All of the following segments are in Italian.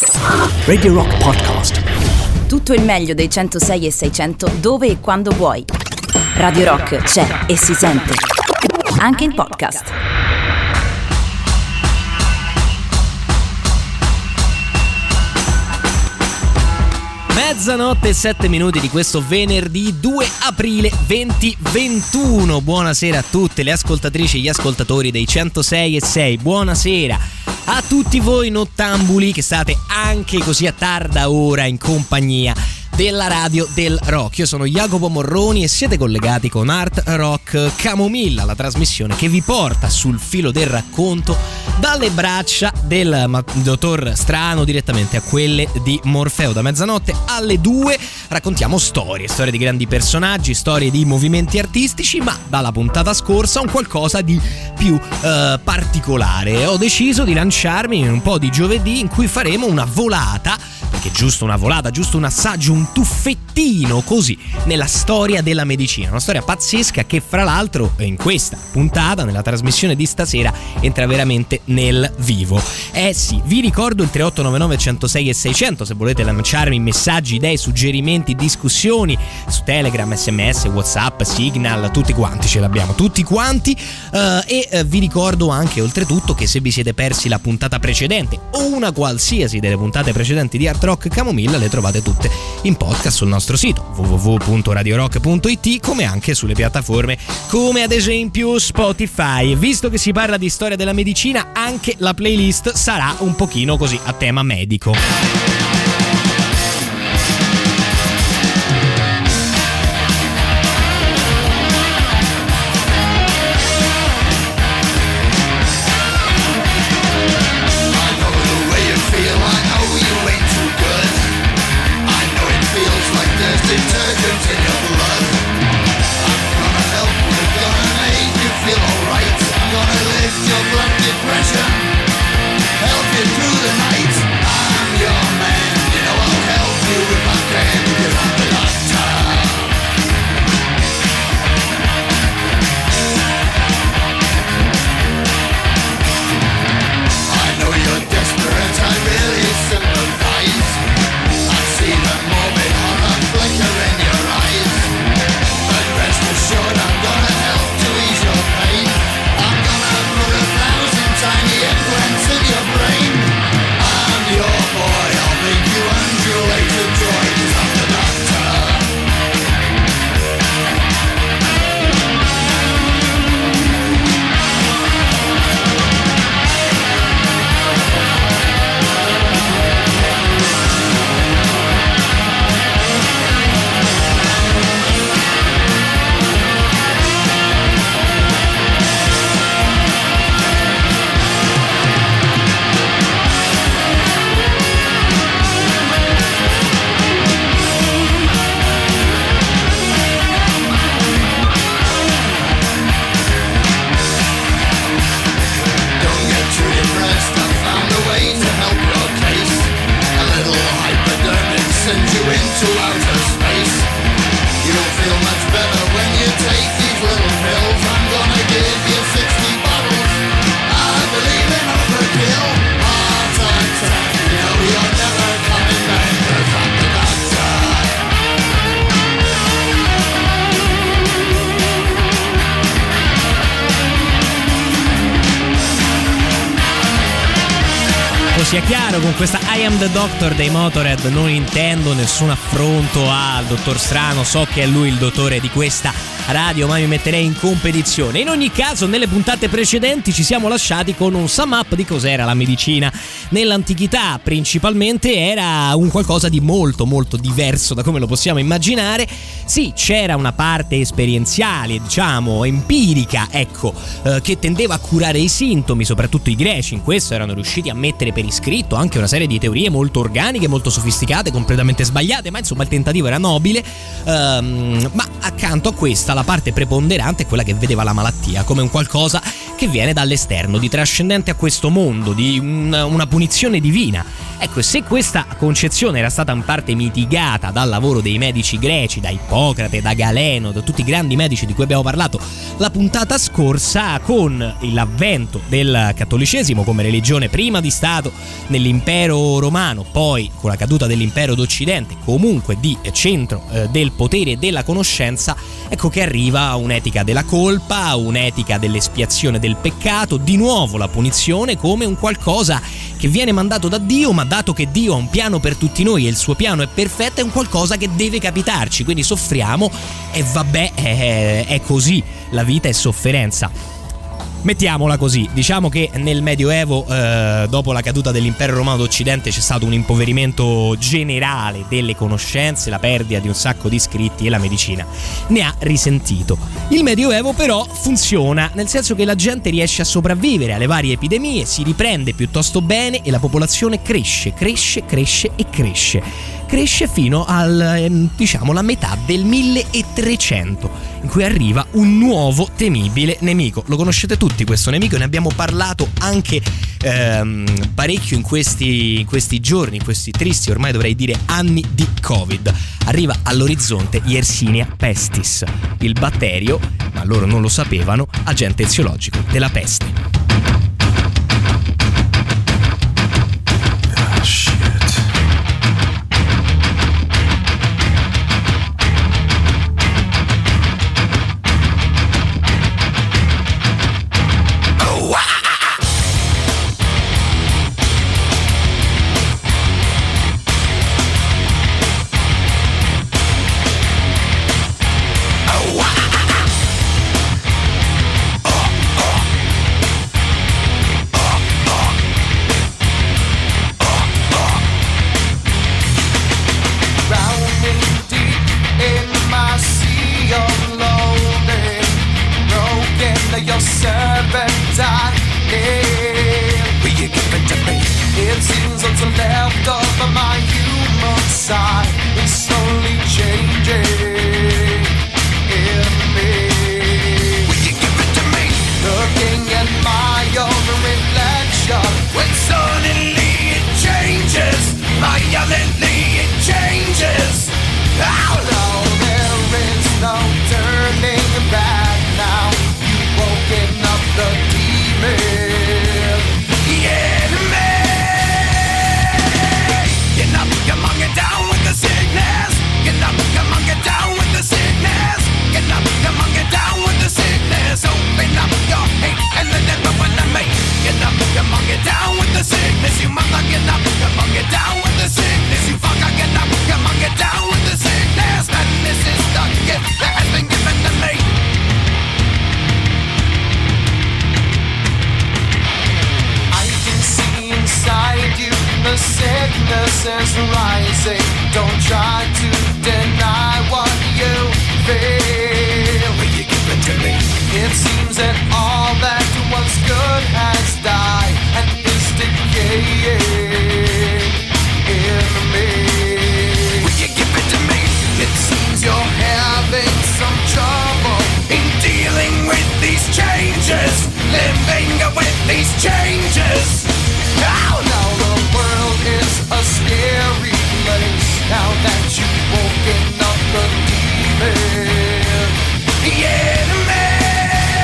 Radio Rock Podcast. Tutto il meglio dei 106 e 600 dove e quando vuoi. Radio Rock c'è e si sente anche in podcast. Mezzanotte e 7 minuti di questo venerdì 2 aprile 2021. Buonasera a tutte le ascoltatrici e gli ascoltatori dei 106 e 6. Buonasera a tutti voi nottambuli che state anche così a tarda ora in compagnia della radio del rock. Io sono Jacopo Morroni e siete collegati con Art Rock Camomilla, la trasmissione che vi porta sul filo del racconto dalle braccia del dottor Strano direttamente a quelle di Morfeo. Da mezzanotte alle 2 raccontiamo storie di grandi personaggi, storie di movimenti artistici, ma dalla puntata scorsa un qualcosa di più particolare. Ho deciso di lanciarmi in un po' di giovedì in cui faremo una volata, perché giusto una volata, giusto un assaggio, un tuffettino così nella storia della medicina, una storia pazzesca che fra l'altro in questa puntata, nella trasmissione di stasera, entra veramente nel vivo. Sì, vi ricordo il 3899 106 e 600 se volete lanciarmi messaggi, idee, suggerimenti, discussioni su Telegram, SMS, WhatsApp, Signal, tutti quanti ce l'abbiamo, tutti quanti. Vi ricordo anche oltretutto che se vi siete persi la puntata precedente o una qualsiasi delle puntate precedenti di Art Rock Camomilla, le trovate tutte in podcast sul nostro sito www.radiorock.it, come anche sulle piattaforme come ad esempio Spotify. Visto che si parla di storia della medicina, anche la playlist sarà un pochino così a tema medico. Sia chiaro, con questa I Am The Doctor dei Motorhead non intendo nessun affronto al dottor Strano, so che è lui il dottore di questa radio, ma mi metterei in competizione. In ogni caso, nelle puntate precedenti ci siamo lasciati con un sum up di cos'era la medicina nell'antichità. Principalmente era un qualcosa di molto molto diverso da come lo possiamo immaginare. Sì, c'era una parte esperienziale, diciamo empirica, ecco, che tendeva a curare i sintomi. Soprattutto i greci in questo erano riusciti a mettere per iscritto anche una serie di teorie molto organiche, molto sofisticate, completamente sbagliate, ma insomma il tentativo era nobile. Ma accanto a questa la parte preponderante è quella che vedeva la malattia come un qualcosa che viene dall'esterno, di trascendente a questo mondo, di una punizione divina. Ecco, se questa concezione era stata in parte mitigata dal lavoro dei medici greci, da Ippocrate, da Galeno, da tutti i grandi medici di cui abbiamo parlato la puntata scorsa, con l'avvento del cattolicesimo come religione prima di Stato nell'impero romano, poi con la caduta dell'impero d'Occidente, comunque di centro del potere e della conoscenza, ecco che arriva un'etica della colpa, un'etica dell'espiazione del peccato, di nuovo la punizione come un qualcosa che viene mandato da Dio, ma dato che Dio ha un piano per tutti noi e il suo piano è perfetto, è un qualcosa che deve capitarci, quindi soffriamo e vabbè, è così, la vita è sofferenza. Mettiamola così, diciamo che nel Medioevo, dopo la caduta dell'impero romano d'Occidente, c'è stato un impoverimento generale delle conoscenze, la perdita di un sacco di scritti e la medicina ne ha risentito. Il Medioevo però funziona, nel senso che la gente riesce a sopravvivere alle varie epidemie, si riprende piuttosto bene e la popolazione cresce fino al, diciamo, la metà del 1300, in cui arriva un nuovo temibile nemico. Lo conoscete tutti questo nemico, ne abbiamo parlato anche parecchio in questi giorni, in questi tristi, ormai dovrei dire anni di Covid. Arriva all'orizzonte Yersinia pestis, il batterio, ma loro non lo sapevano, agente eziologico della peste.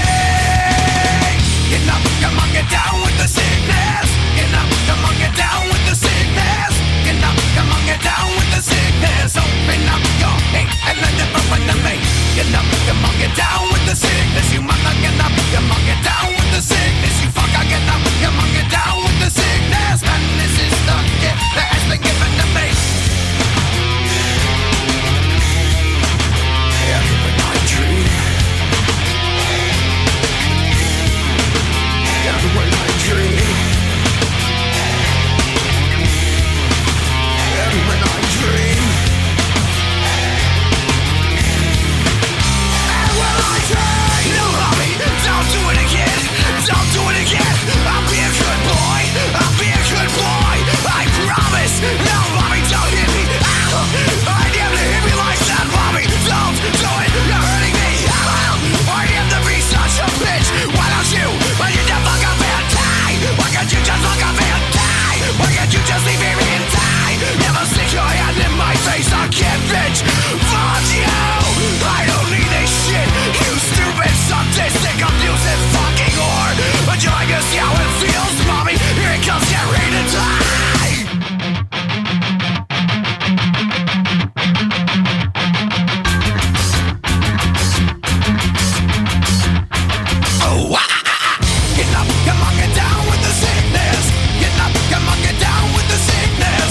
Down with the sickness, get up, come on, get down.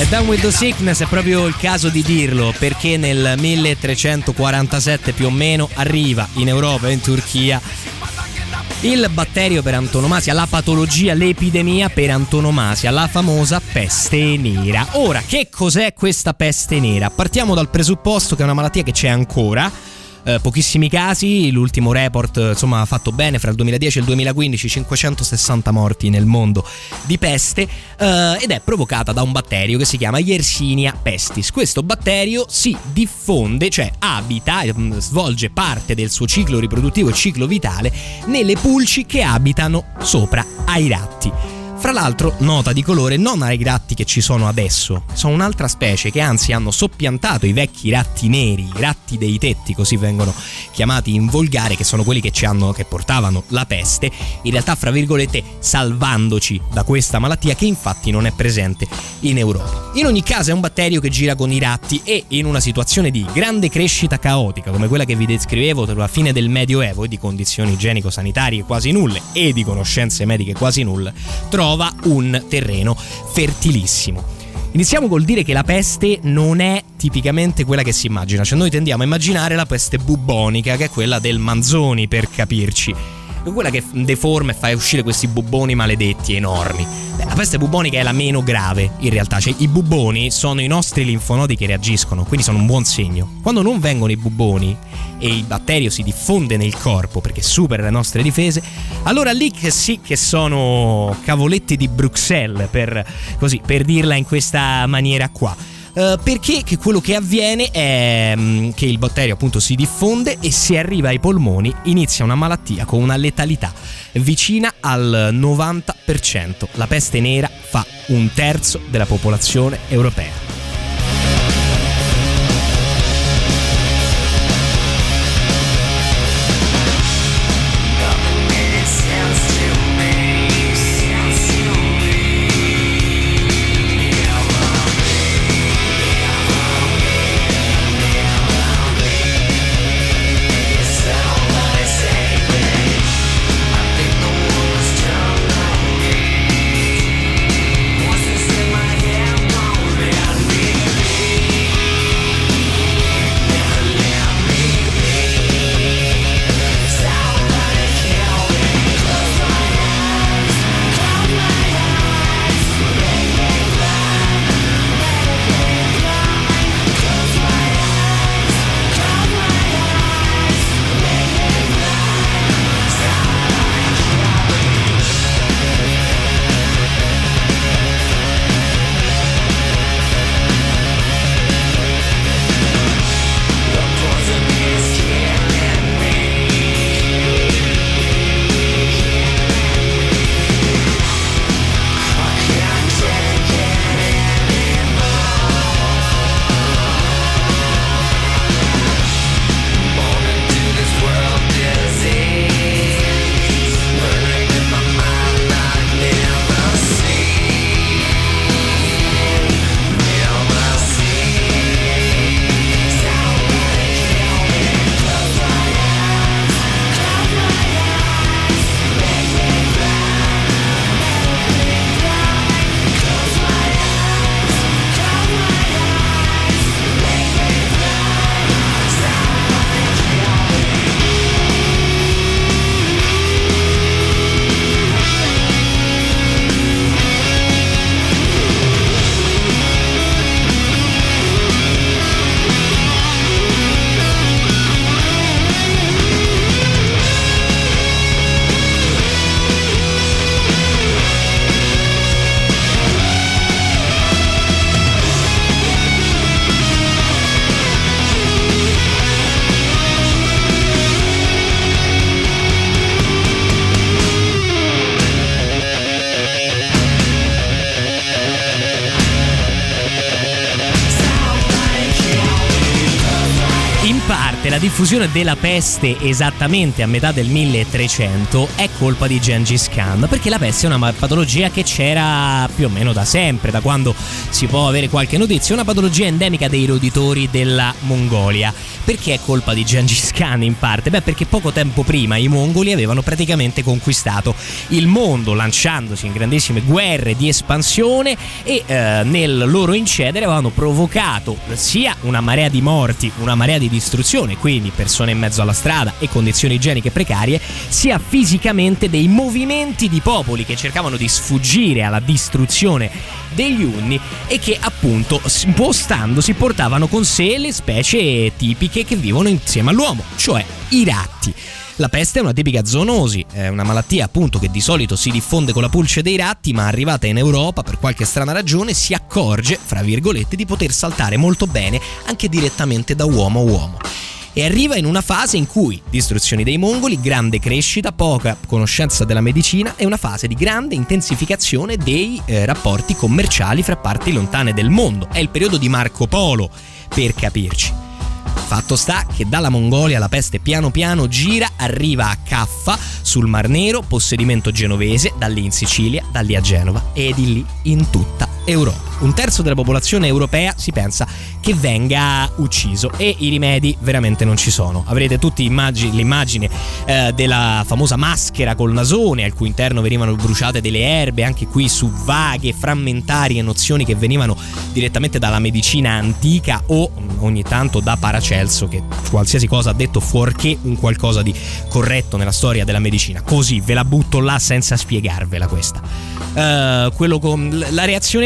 Down with the Sickness è proprio il caso di dirlo, perché nel 1347 più o meno arriva in Europa e in Turchia il batterio per antonomasia, la patologia, l'epidemia per antonomasia, la famosa peste nera. Ora, che cos'è questa peste nera? Partiamo dal presupposto che è una malattia che c'è ancora. Pochissimi casi, l'ultimo report insomma ha fatto bene, fra il 2010 e il 2015 560 morti nel mondo di peste, ed è provocata da un batterio che si chiama Yersinia pestis. Questo batterio si diffonde, cioè abita, svolge parte del suo ciclo riproduttivo e ciclo vitale nelle pulci che abitano sopra ai ratti. Fra l'altro, nota di colore, non ai ratti che ci sono adesso, sono un'altra specie che anzi hanno soppiantato i vecchi ratti neri, i ratti dei tetti, così vengono chiamati in volgare, che sono quelli che portavano la peste, in realtà fra virgolette salvandoci da questa malattia che infatti non è presente in Europa. In ogni caso è un batterio che gira con i ratti e in una situazione di grande crescita caotica come quella che vi descrivevo tra la fine del Medioevo e di condizioni igienico-sanitarie quasi nulle e di conoscenze mediche quasi nulle, trova un terreno fertilissimo. Iniziamo col dire che la peste non è tipicamente quella che si immagina, cioè noi tendiamo a immaginare la peste bubbonica, che è quella del Manzoni per capirci, quella che deforma e fa uscire questi bubboni maledetti enormi. La peste bubbonica è la meno grave in realtà, cioè i bubboni sono i nostri linfonodi che reagiscono, quindi sono un buon segno. Quando non vengono i bubboni e il batterio si diffonde nel corpo perché supera le nostre difese, allora lì che sì che sono cavoletti di Bruxelles, per dirla in questa maniera qua. Perché che quello che avviene è che il batterio appunto si diffonde e se arriva ai polmoni inizia una malattia con una letalità vicina al 90%. La peste nera fa 1/3 della popolazione europea. la diffusione della peste esattamente a metà del 1300 è colpa di Gengis Khan, perché la peste è una patologia che c'era più o meno da sempre, da quando si può avere qualche notizia, una patologia endemica dei roditori della Mongolia. Perché è colpa di Gengis Khan in parte? Beh, perché poco tempo prima i mongoli avevano praticamente conquistato il mondo, lanciandosi in grandissime guerre di espansione e nel loro incedere avevano provocato sia una marea di morti, una marea di distruzione, quindi persone in mezzo alla strada e condizioni igieniche precarie, sia fisicamente dei movimenti di popoli che cercavano di sfuggire alla distruzione degli Unni e che appunto spostandosi portavano con sé le specie tipiche che vivono insieme all'uomo, cioè i ratti. La peste è una tipica zoonosi, è una malattia appunto che di solito si diffonde con la pulce dei ratti, ma arrivata in Europa per qualche strana ragione si accorge, fra virgolette, di poter saltare molto bene anche direttamente da uomo a uomo. E arriva in una fase in cui distruzioni dei mongoli, grande crescita, poca conoscenza della medicina e una fase di grande intensificazione dei rapporti commerciali fra parti lontane del mondo. È il periodo di Marco Polo, per capirci. Fatto sta che dalla Mongolia la peste piano piano gira, arriva a Caffa sul Mar Nero, possedimento genovese, da lì in Sicilia, da lì a Genova e di lì in tutta Europa. Un terzo della popolazione europea si pensa che venga ucciso e i rimedi veramente non ci sono. Avrete tutti l'immagine della famosa maschera col nasone al cui interno venivano bruciate delle erbe, anche qui su vaghe, frammentarie nozioni che venivano direttamente dalla medicina antica o ogni tanto da Paracelso, che qualsiasi cosa ha detto fuorché un qualcosa di corretto nella storia della medicina. Così ve la butto là senza spiegarvela questa. Quello con la reazione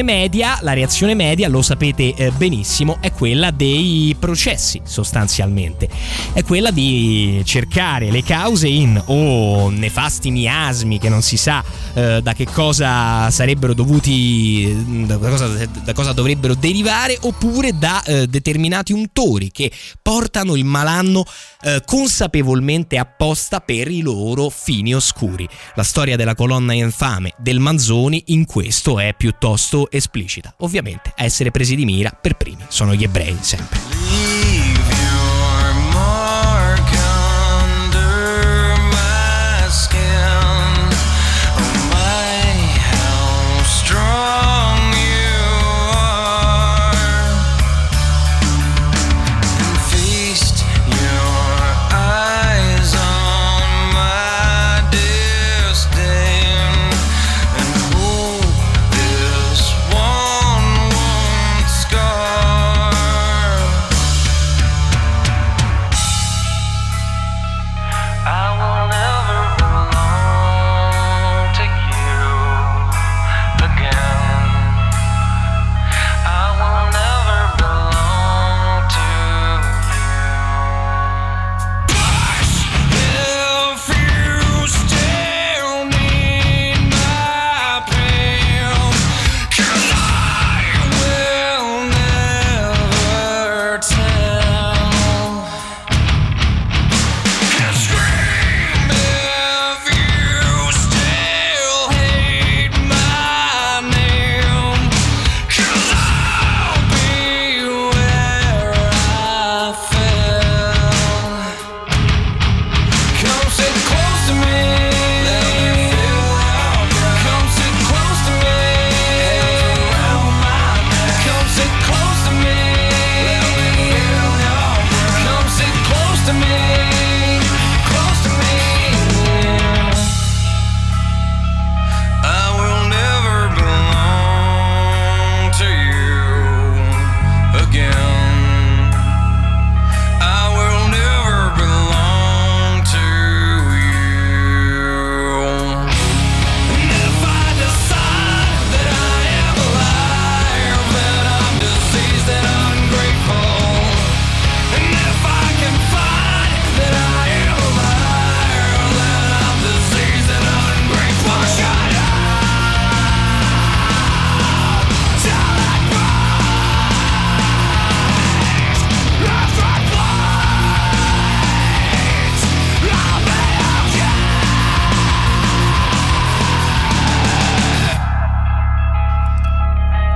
media, lo sapete benissimo, è quella dei processi, sostanzialmente. È quella di cercare le cause in nefasti miasmi che non si sa da che cosa sarebbero dovuti, da cosa dovrebbero derivare, oppure da determinati untori che portano il malanno consapevolmente apposta per i loro fini oscuri. La storia della colonna infame del Manzoni in questo è piuttosto esplicita. Ovviamente a essere presi di mira per primi sono gli ebrei, sempre.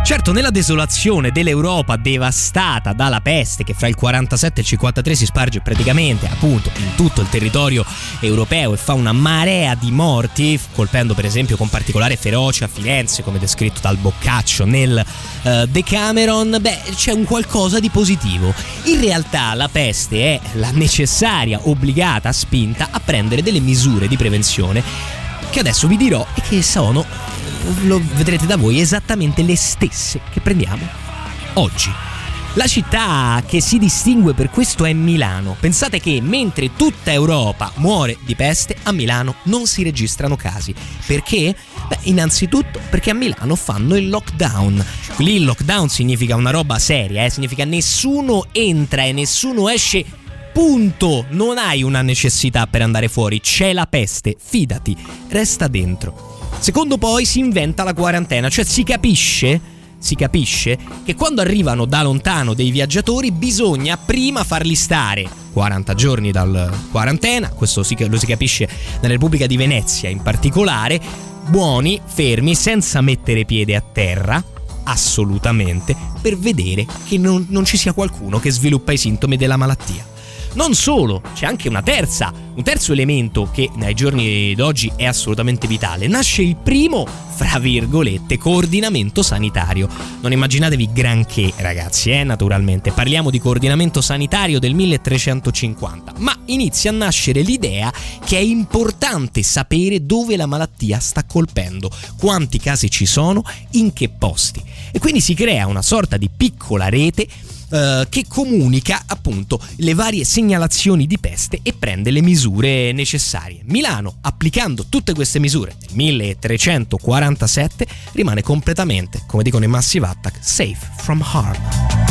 Certo, nella desolazione dell'Europa devastata dalla peste, che fra il 47 e il 53 si sparge praticamente appunto in tutto il territorio europeo e fa una marea di morti, colpendo per esempio con particolare ferocia Firenze, come descritto dal Boccaccio nel Decameron, c'è un qualcosa di positivo. In realtà la peste è la necessaria, obbligata spinta a prendere delle misure di prevenzione che adesso vi dirò e che sono, lo vedrete da voi, esattamente le stesse che prendiamo oggi. La città che si distingue per questo è Milano. Pensate che mentre tutta Europa muore di peste, a Milano non si registrano casi. Perché? Innanzitutto perché a Milano fanno il lockdown. Lì il lockdown significa una roba seria, significa nessuno entra e nessuno esce. Punto. Non hai una necessità per andare fuori, c'è la peste, fidati, resta dentro. Secondo, poi si inventa la quarantena, cioè si capisce che quando arrivano da lontano dei viaggiatori bisogna prima farli stare 40 giorni dal quarantena, questo lo si capisce nella Repubblica di Venezia in particolare, buoni, fermi, senza mettere piede a terra, assolutamente, per vedere che non ci sia qualcuno che sviluppa i sintomi della malattia. Non solo, c'è anche un terzo elemento che nei giorni d'oggi è assolutamente vitale. Nasce il primo, fra virgolette, coordinamento sanitario. Non immaginatevi granché, ragazzi, naturalmente. Parliamo di coordinamento sanitario del 1350, ma inizia a nascere l'idea che è importante sapere dove la malattia sta colpendo, quanti casi ci sono, in che posti. E quindi si crea una sorta di piccola rete che comunica appunto le varie segnalazioni di peste e prende le misure necessarie. Milano, applicando tutte queste misure nel 1347, rimane completamente, come dicono i Massive Attack, safe from harm.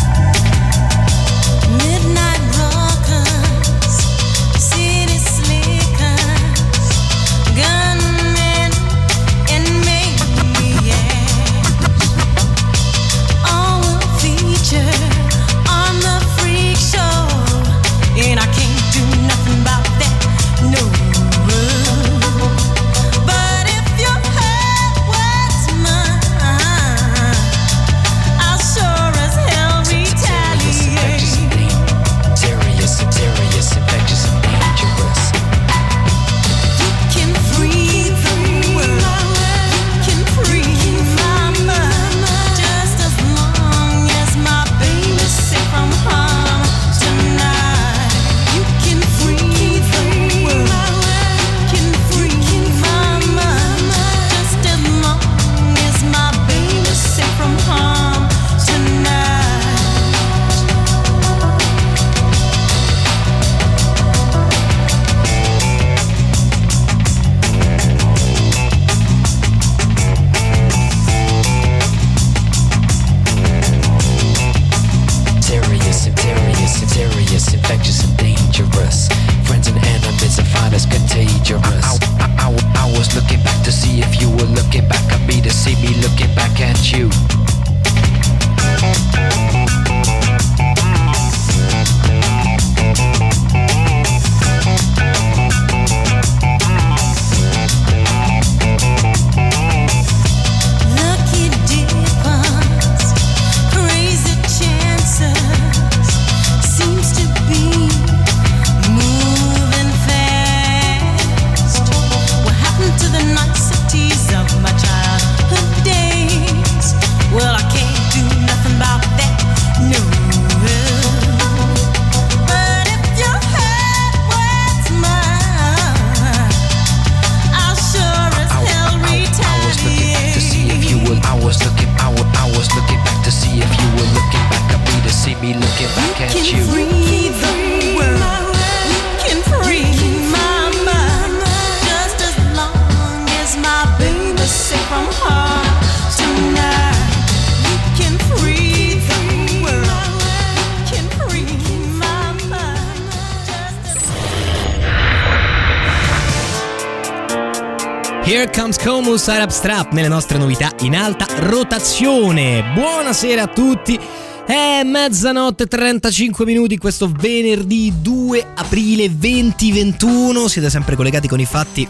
Here Comes Comus Arab Strap nelle nostre novità in alta rotazione. Buonasera a tutti. È mezzanotte 35 minuti questo venerdì 2 aprile 2021. Siete sempre collegati con i fatti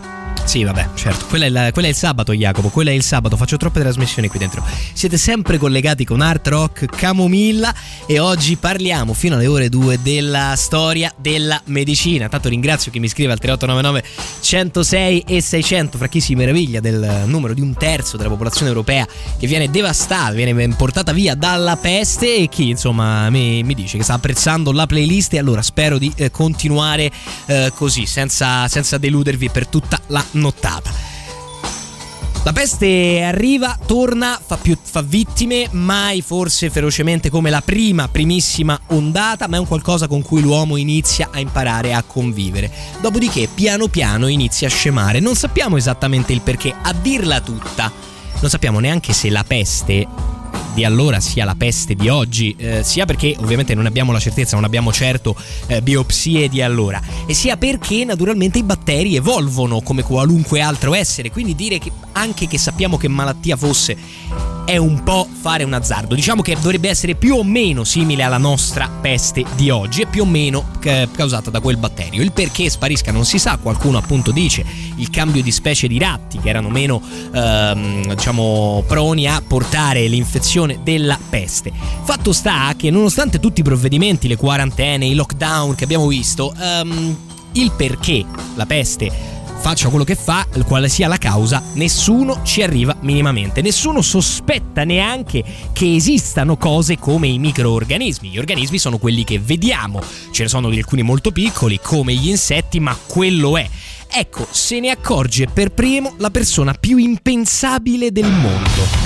Sì, vabbè, certo. Quella è il sabato, Jacopo. Quella è il sabato. Faccio troppe trasmissioni qui dentro. Siete sempre collegati con Art Rock Camomilla e oggi parliamo fino alle ore 2 della storia della medicina. Tanto ringrazio chi mi scrive al 3899 106 e 600. Fra chi si meraviglia del numero di 1/3 della popolazione europea che viene devastata, viene portata via dalla peste, e chi insomma mi dice che sta apprezzando la playlist. E allora spero di continuare così, senza deludervi per tutta la nottata. La peste arriva, torna, fa vittime, mai forse ferocemente come la primissima ondata, ma è un qualcosa con cui l'uomo inizia a imparare a convivere. Dopodiché piano piano inizia a scemare. Non sappiamo esattamente il perché, a dirla tutta. Non sappiamo neanche se la peste di allora sia la peste di oggi, sia perché ovviamente non abbiamo la certezza, non abbiamo certo biopsie di allora, e sia perché naturalmente i batteri evolvono come qualunque altro essere, quindi dire che anche che sappiamo che malattia fosse è un po' fare un azzardo. Diciamo che dovrebbe essere più o meno simile alla nostra peste di oggi e più o meno causata da quel batterio. Il perché sparisca non si sa, qualcuno appunto dice il cambio di specie di ratti che erano meno diciamo proni a portare l'infezione della peste. Fatto sta che nonostante tutti i provvedimenti, le quarantene, i lockdown che abbiamo visto, il perché la peste faccia quello che fa, quale sia la causa, nessuno ci arriva minimamente. Nessuno sospetta neanche che esistano cose come i microorganismi. Gli organismi sono quelli che vediamo, ce ne sono di alcuni molto piccoli come gli insetti, ma quello è. Ecco, se ne accorge per primo la persona più impensabile del mondo.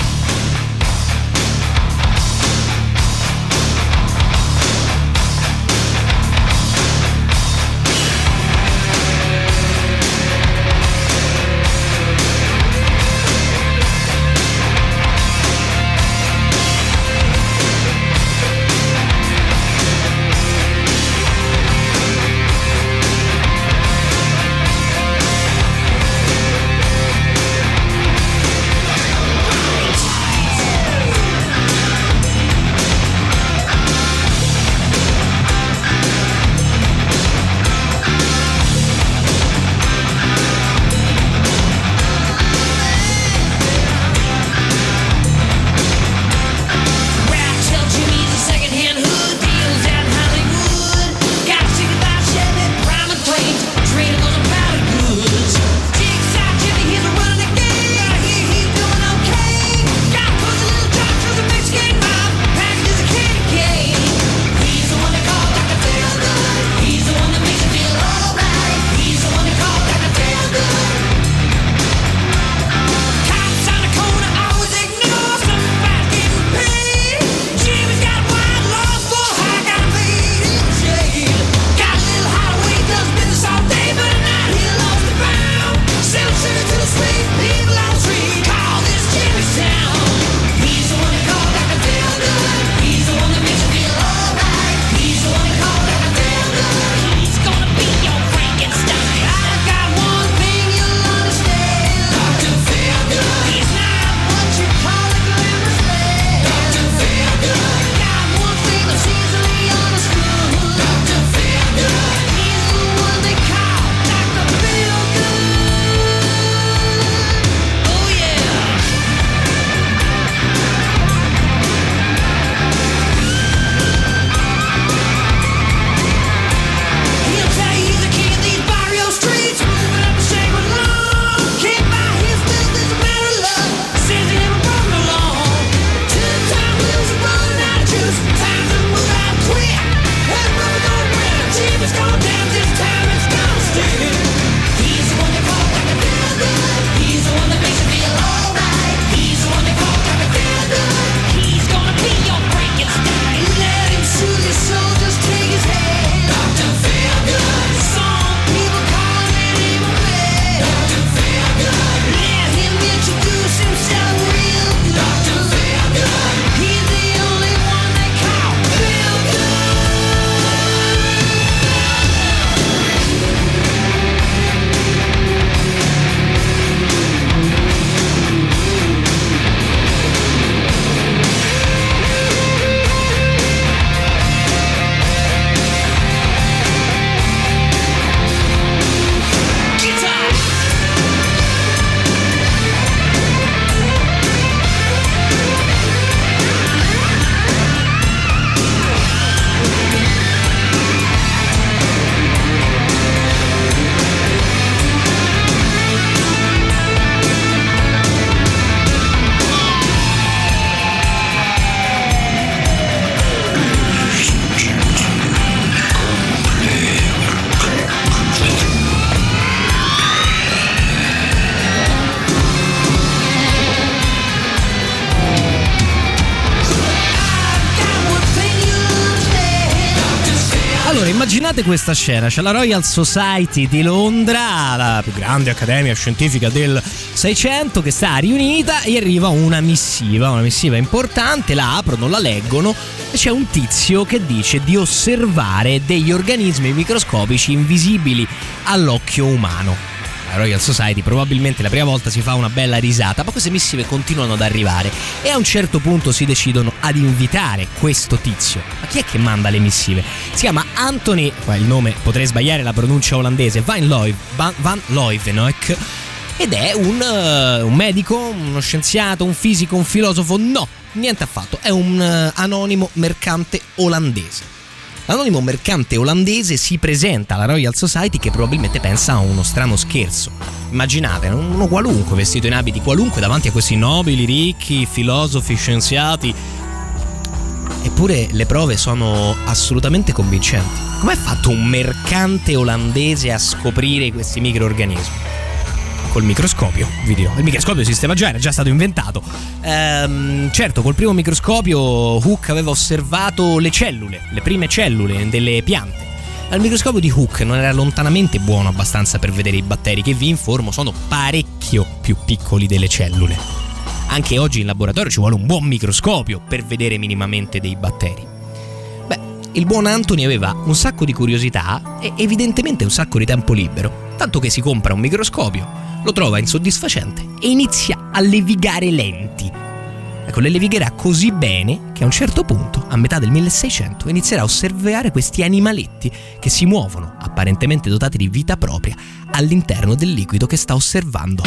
Allora, immaginate questa scena: c'è la Royal Society di Londra, la più grande accademia scientifica del 600, che sta riunita, e arriva una missiva importante, la aprono, la leggono e c'è un tizio che dice di osservare degli organismi microscopici invisibili all'occhio umano. La Royal Society probabilmente la prima volta si fa una bella risata, ma queste missive continuano ad arrivare e a un certo punto si decidono ad invitare questo tizio. Ma chi è che manda le missive? Si chiama Anthony, qua il nome potrei sbagliare la pronuncia olandese, Van Leeuwenhoek, ed è un medico, uno scienziato, un fisico, un filosofo? No, niente affatto, è un anonimo mercante olandese. L'anonimo mercante olandese si presenta alla Royal Society, che probabilmente pensa a uno strano scherzo. Immaginate, uno qualunque, vestito in abiti qualunque, davanti a questi nobili, ricchi, filosofi, scienziati. Eppure le prove sono assolutamente convincenti. Com'è fatto un mercante olandese a scoprire questi microorganismi? Col microscopio, vi dirò. Il microscopio esisteva già, era già stato inventato. Certo, col primo microscopio Hooke aveva osservato le prime cellule delle piante. Il microscopio di Hooke non era lontanamente buono abbastanza per vedere i batteri, che vi informo sono parecchio più piccoli delle cellule. Anche oggi in laboratorio ci vuole un buon microscopio per vedere minimamente dei batteri. Beh, il buon Anthony aveva un sacco di curiosità e evidentemente un sacco di tempo libero, tanto che si compra un microscopio, lo trova insoddisfacente e inizia a levigare lenti. Ecco, le levigherà così bene che a un certo punto, a metà del 1600, inizierà a osservare questi animaletti che si muovono, apparentemente dotati di vita propria, all'interno del liquido che sta osservando.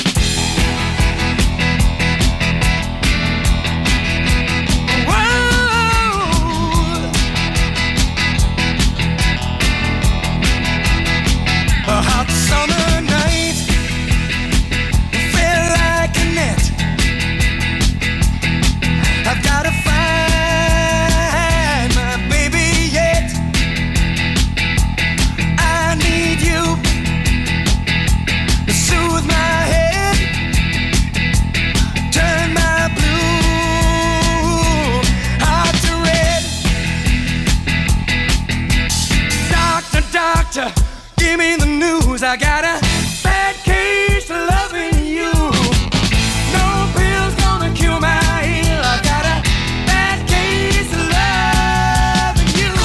Give me the news, I got a bad case of loving you. No pill's gonna cure my ill, I got a bad case of loving you.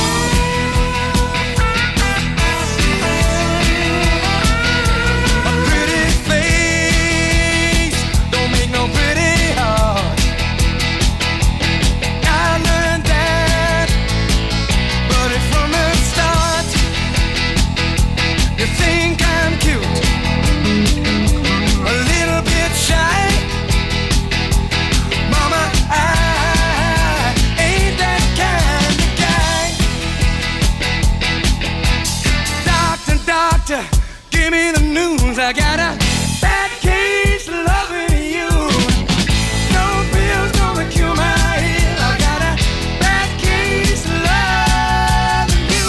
A pretty face don't make no pretty heart. I learned that, but it's from the start. You think I'm cute, a little bit shy, mama, I ain't that kind of guy. Doctor, doctor, give me the news, I got a bad case of loving you. No pill's gonna cure my ill, I got a bad case of loving you.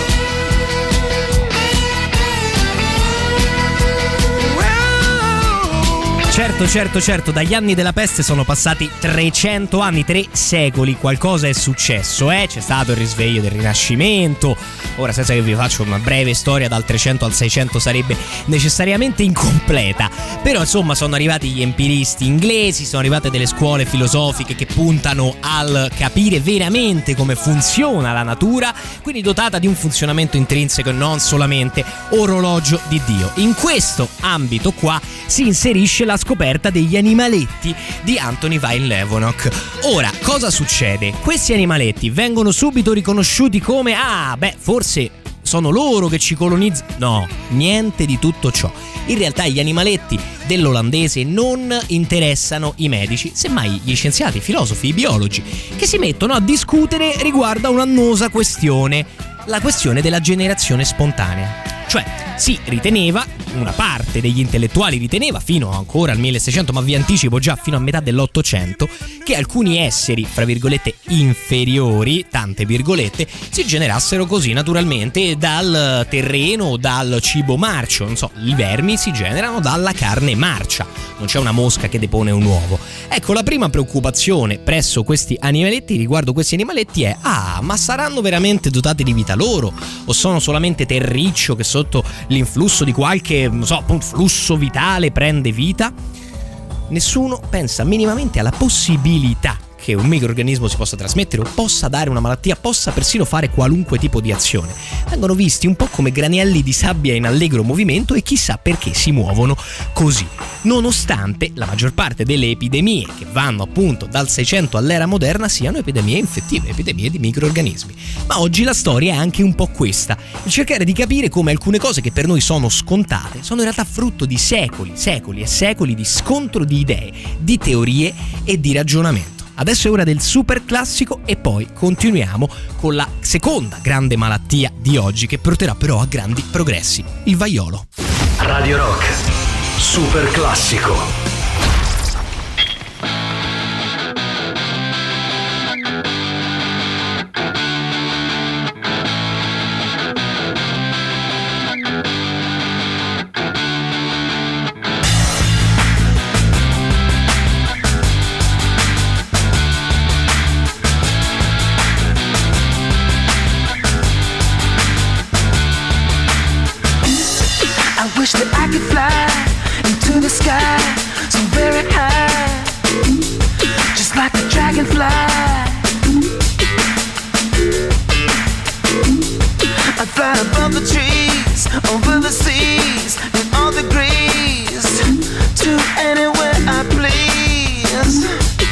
Certo, dagli anni della peste sono passati 300 anni, 3 secoli, qualcosa è successo, C'è stato il risveglio del Rinascimento. Ora, senza che vi faccio una breve storia dal 300 al 600 sarebbe necessariamente incompleta, però insomma sono arrivati gli empiristi inglesi, sono arrivate delle scuole filosofiche che puntano al capire veramente come funziona la natura, quindi dotata di un funzionamento intrinseco e non solamente orologio di Dio. In questo ambito qua si inserisce la scoperta degli animaletti di Anthony Van Leeuwenhoek. Ora, cosa succede? Questi animaletti vengono subito riconosciuti come forse sono loro che ci colonizzano. No, niente di tutto ciò. In realtà gli animaletti dell'olandese non interessano i medici, semmai gli scienziati, i filosofi, i biologi, che si mettono a discutere riguardo a un'annosa questione, la questione della generazione spontanea. Cioè, si riteneva, una parte degli intellettuali riteneva fino ancora al 1600, ma vi anticipo già fino a metà dell'800, che alcuni esseri, fra virgolette, inferiori, tante virgolette, si generassero così naturalmente dal terreno, dal cibo marcio. Non so, i vermi si generano dalla carne marcia, non c'è una mosca che depone un uovo. Ecco, la prima preoccupazione presso questi animaletti, riguardo questi animaletti, è: ma saranno veramente dotati di vita loro? O sono solamente terriccio che sotto l'influsso di qualche, non so, flusso vitale prende vita? Nessuno pensa minimamente alla possibilità che un microrganismo si possa trasmettere o possa dare una malattia, possa persino fare qualunque tipo di azione. Vengono visti un po' come granelli di sabbia in allegro movimento, e chissà perché si muovono così, nonostante la maggior parte delle epidemie che vanno appunto dal 600 all'era moderna siano epidemie infettive, epidemie di microrganismi. Ma oggi la storia è anche un po' questa, il cercare di capire come alcune cose che per noi sono scontate sono in realtà frutto di secoli e secoli di scontro di idee, di teorie e di ragionamento. Adesso è ora del super classico e poi continuiamo con la seconda grande malattia di oggi, che porterà però a grandi progressi: il vaiolo. Radio Rock, super classico. Wish that I could fly into the sky so very high, just like a dragonfly. I'd fly above the trees, over the seas, in all degrees, to anywhere I please.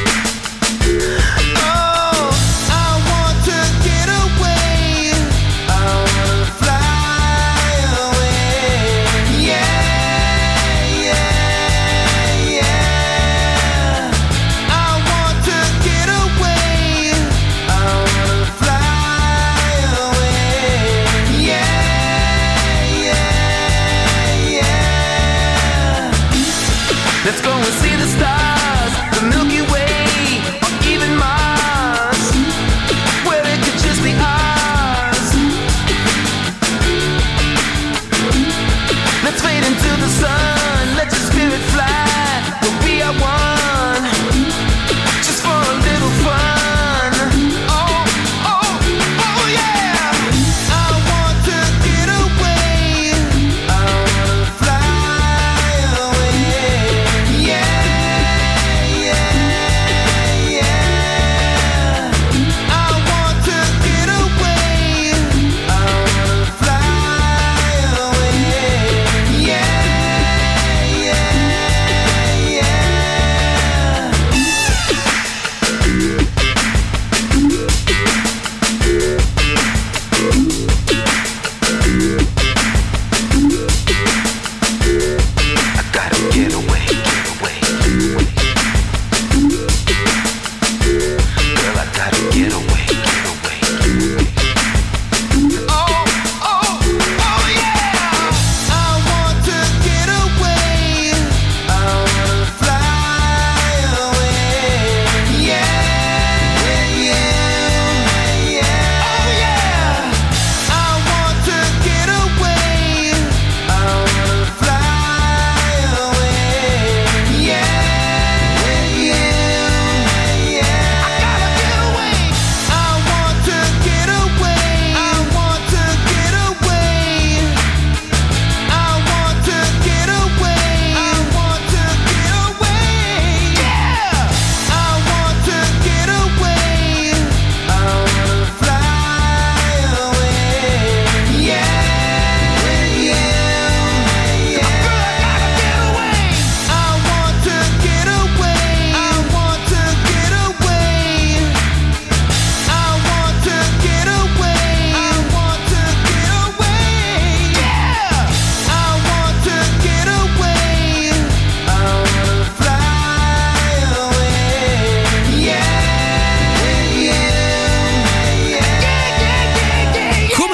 Oh, I want to get away, I wanna fly away. Yeah, yeah, yeah. I want to get away,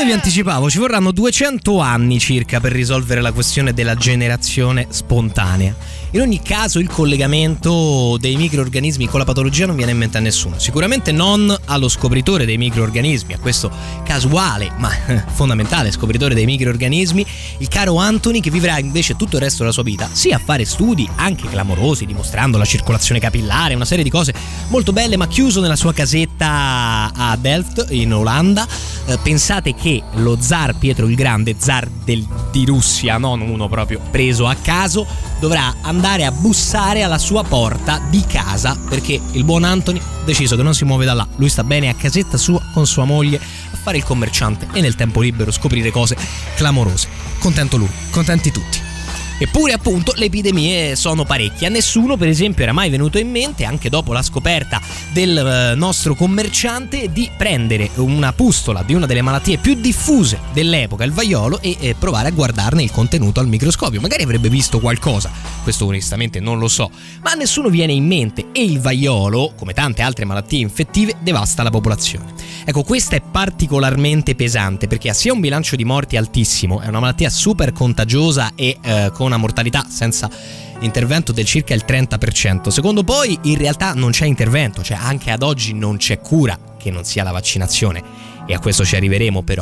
vi anticipavo, ci vorranno 200 anni circa per risolvere la questione della generazione spontanea. In ogni caso il collegamento dei microrganismi con la patologia non viene in mente a nessuno, sicuramente non allo scopritore dei microrganismi, a questo casuale ma fondamentale scopritore dei microrganismi, il caro Anthony, che vivrà invece tutto il resto della sua vita sì a fare studi anche clamorosi dimostrando la circolazione capillare, una serie di cose molto belle, ma chiuso nella sua casetta a Delft in Olanda. Pensate che lo zar Pietro il Grande, zar di Russia, non uno proprio preso a caso, dovrà andare a bussare alla sua porta di casa perché il buon Anthony ha deciso che non si muove da là, lui sta bene a casetta sua con sua moglie a fare il commerciante e nel tempo libero scoprire cose clamorose. Contento lui, contenti tutti. Eppure appunto le epidemie sono parecchie. A nessuno per esempio era mai venuto in mente, anche dopo la scoperta del nostro commerciante, di prendere una pustola di una delle malattie più diffuse dell'epoca, il vaiolo, e provare a guardarne il contenuto al microscopio. Magari avrebbe visto qualcosa, questo onestamente non lo so, ma a nessuno viene in mente, e il vaiolo, come tante altre malattie infettive, devasta la popolazione. Ecco, questa è particolarmente pesante perché ha sia un bilancio di morti altissimo, è una malattia super contagiosa e con una mortalità senza intervento del circa il 30%. Secondo poi in realtà non c'è intervento, cioè anche ad oggi non c'è cura che non sia la vaccinazione, e a questo ci arriveremo però.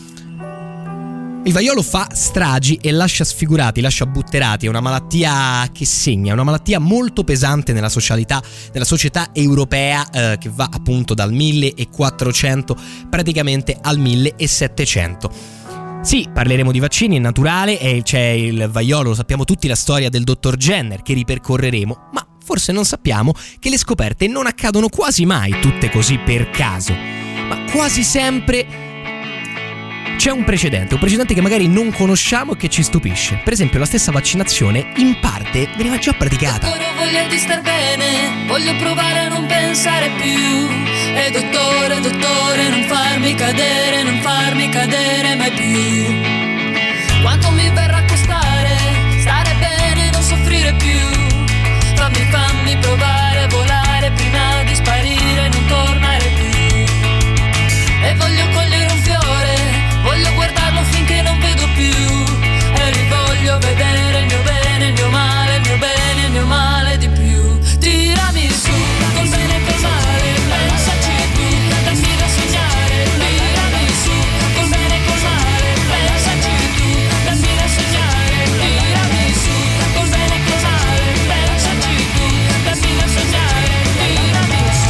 Il vaiolo fa stragi e lascia sfigurati, lascia butterati, è una malattia che segna, è una malattia molto pesante nella società europea, che va appunto dal 1400 praticamente al 1700. Sì, parleremo di vaccini, è naturale, e c'è il vaiolo, lo sappiamo tutti, la storia del dottor Jenner che ripercorreremo, ma forse non sappiamo che le scoperte non accadono quasi mai tutte così per caso, ma quasi sempre c'è un precedente che magari non conosciamo e che ci stupisce. Per esempio la stessa vaccinazione in parte veniva già praticata. Dottore, ho voglia di star bene, voglio provare a non pensare più. E dottore, non farmi cadere mai più. Quanto mi verrà a costare stare bene e non soffrire più? Fammi provare a volare prima di sparire e non tornare più. E voglio cogliere un fiore, voglio guardarlo finché non vedo più. E rivoglio vedere il mio bene, il mio male, il mio bene, il mio male di più. Tirami su, col bene e col male, pensaci tu, dammi da sognare. Tirami su, col bene e col male, pensaci tu, dammi da sognare. Tirami su, col bene e col male, pensaci tu, dammi da sognare. Tirami su.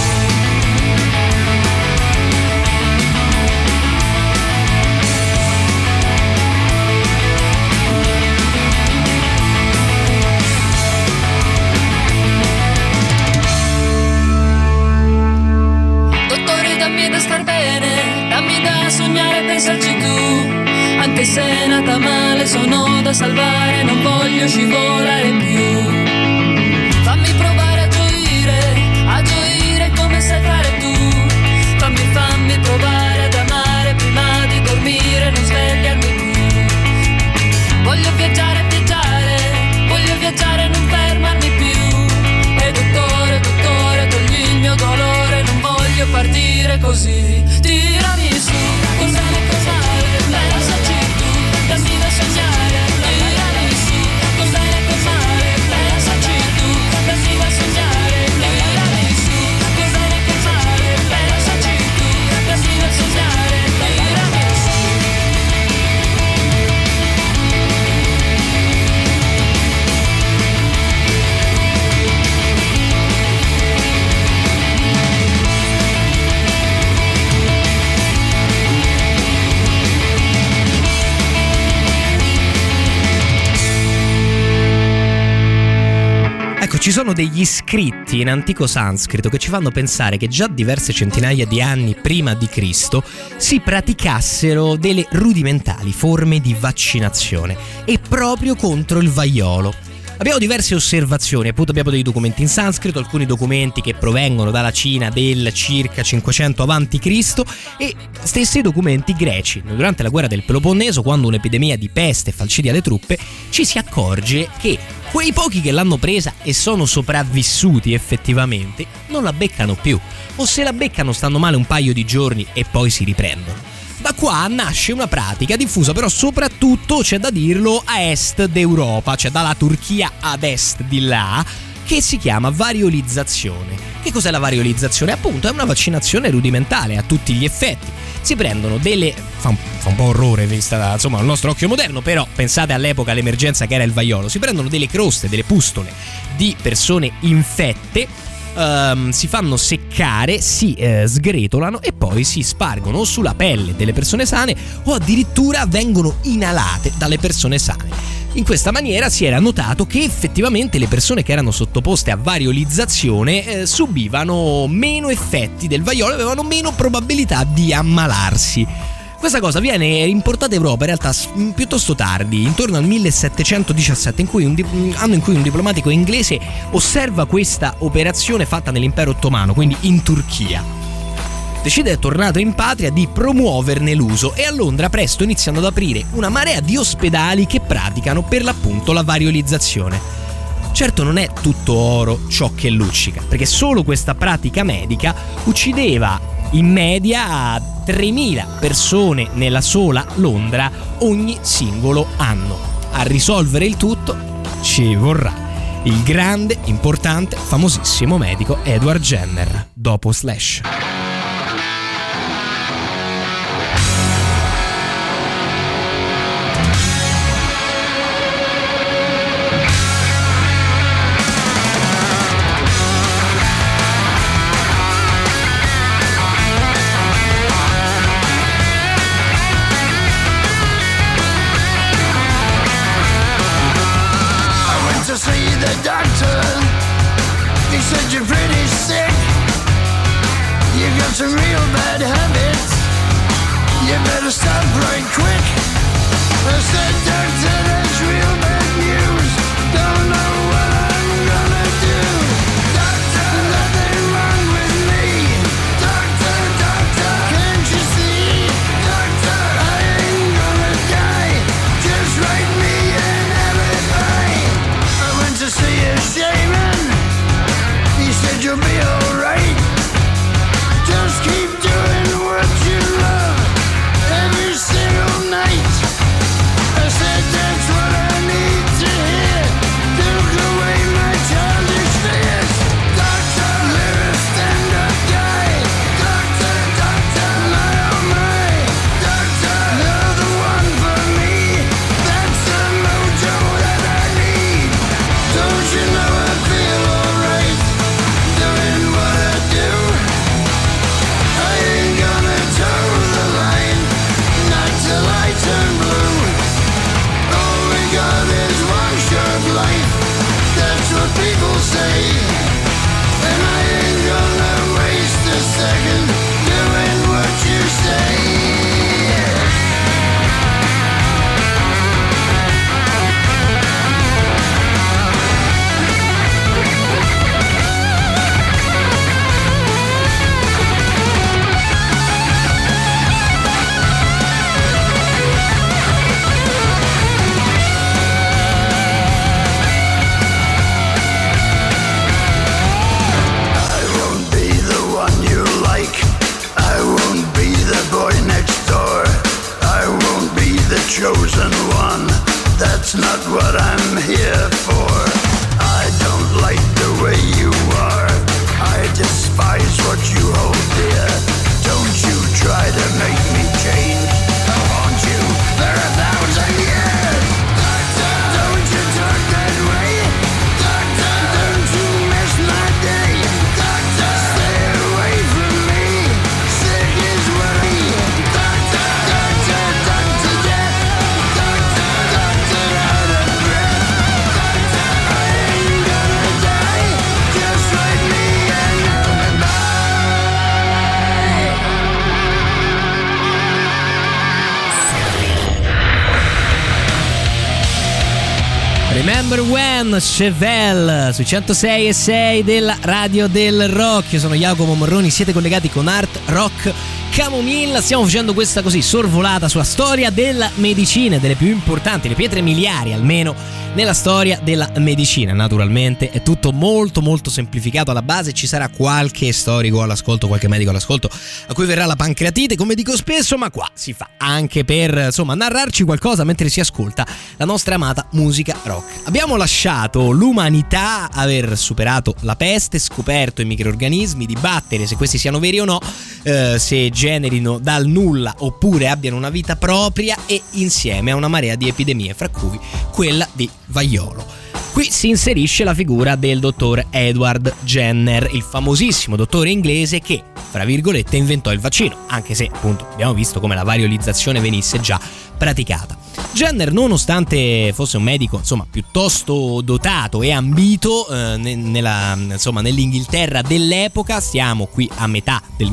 Dammi da star bene, dammi da sognare, pensarci tu. Anche se è nata male, sono da salvare, non voglio scivolare più. Fammi provare a gioire come sai fare tu. Fammi provare ad amare prima di dormire, non svegliarmi più. Voglio viaggiare, voglio viaggiare, non fermarmi più. E dottore, togli il mio dolore, non voglio partire così. Tirami su, col bene e col male, pensaci tu, dammi da sognare. Tirami su, col bene e col male, pensaci tu, dammi da sognare. Tirami su, col bene e col male, pensaci tu, dammi da sognare. Tirami su. Ecco, ci sono degli scritti in antico sanscrito che ci fanno pensare che già diverse centinaia di anni prima di Cristo si praticassero delle rudimentali forme di vaccinazione, e proprio contro il vaiolo. Abbiamo diverse osservazioni, appunto abbiamo dei documenti in sanscrito, alcuni documenti che provengono dalla Cina del circa 500 a.C. e stessi documenti greci. Durante la guerra del Peloponneso, quando un'epidemia di peste falcidia alle truppe, ci si accorge che quei pochi che l'hanno presa e sono sopravvissuti effettivamente non la beccano più, o se la beccano stanno male un paio di giorni e poi si riprendono. Da qua nasce una pratica diffusa però soprattutto, c'è da dirlo, a est d'Europa, cioè dalla Turchia ad est di là, che si chiama variolizzazione. Che cos'è la variolizzazione? Appunto è una vaccinazione rudimentale a tutti gli effetti. Si prendono delle... fa un po' orrore vista insomma il nostro occhio moderno, però pensate all'epoca all'emergenza che era il vaiolo. Si prendono delle croste, delle pustole di persone infette, si fanno seccare, si sgretolano e poi si spargono o sulla pelle delle persone sane o addirittura vengono inalate dalle persone sane. In questa maniera si era notato che effettivamente le persone che erano sottoposte a variolizzazione subivano meno effetti del vaiolo e avevano meno probabilità di ammalarsi. Questa cosa viene importata in Europa in realtà piuttosto tardi, intorno al 1717, anno in cui un diplomatico inglese osserva questa operazione fatta nell'impero ottomano, quindi in Turchia. Decide, tornato in patria, di promuoverne l'uso e a Londra presto iniziano ad aprire una marea di ospedali che praticano per l'appunto la variolizzazione. Certo non è tutto oro ciò che luccica, perché solo questa pratica medica uccideva in media 3.000 persone nella sola Londra ogni singolo anno. A risolvere il tutto ci vorrà il grande, importante, famosissimo medico Edward Jenner, dopo Slash. Some real bad habits. You better stop right quick. I said, doctor, that's real bad news. Don't know what I'm gonna do. Doctor, nothing wrong with me. Doctor, doctor, can't you see? Doctor, I ain't gonna die. Just write me an alibi. I went to see a shaman. He said you'll be alright. Just keep doing what you love every single night. I said that's what I need to hear. Took away my childish fears. Doctor, you're a stand-up guy. Doctor, doctor, my oh my. Doctor, you're the one for me. That's the mojo that I need. Don't you know I feel alright doing what I do? I ain't gonna toe the line, not till I turn blue. All we got is one short life, that's what people say. And I ain't gonna waste a second doing what you say. Chosen one, that's not what I'm here for. I don't like the way you are, I despise what you hold dear. Don't you try to make me change, I'll haunt you for 1,000 years. Doctor, don't you talk that way. Doctor, don't you miss my day. Doctor, stay away from me, sick is what I need. Doctor, doctor, doctor, death. Remember When, Chevelle sui 106.6 della Radio del Rock. Io sono Jacopo Morroni, siete collegati con Art Rock Camomilla. Stiamo facendo questa così sorvolata sulla storia della medicina, delle più importanti, le pietre miliari almeno nella storia della medicina. Naturalmente è tutto molto molto semplificato alla base, ci sarà qualche storico all'ascolto, qualche medico all'ascolto a cui verrà la pancreatite, come dico spesso, ma qua si fa anche per insomma narrarci qualcosa mentre si ascolta la nostra amata musica rock. Abbiamo lasciato l'umanità aver superato la peste, scoperto i microrganismi, dibattere se questi siano veri o no, se generino dal nulla oppure abbiano una vita propria, e insieme a una marea di epidemie, fra cui quella di vaiolo. Qui si inserisce la figura del dottor Edward Jenner, il famosissimo dottore inglese che, fra virgolette, inventò il vaccino, anche se appunto abbiamo visto come la variolizzazione venisse già praticata. Jenner, nonostante fosse un medico insomma piuttosto dotato e ambito nell'Inghilterra dell'epoca, stiamo qui a metà del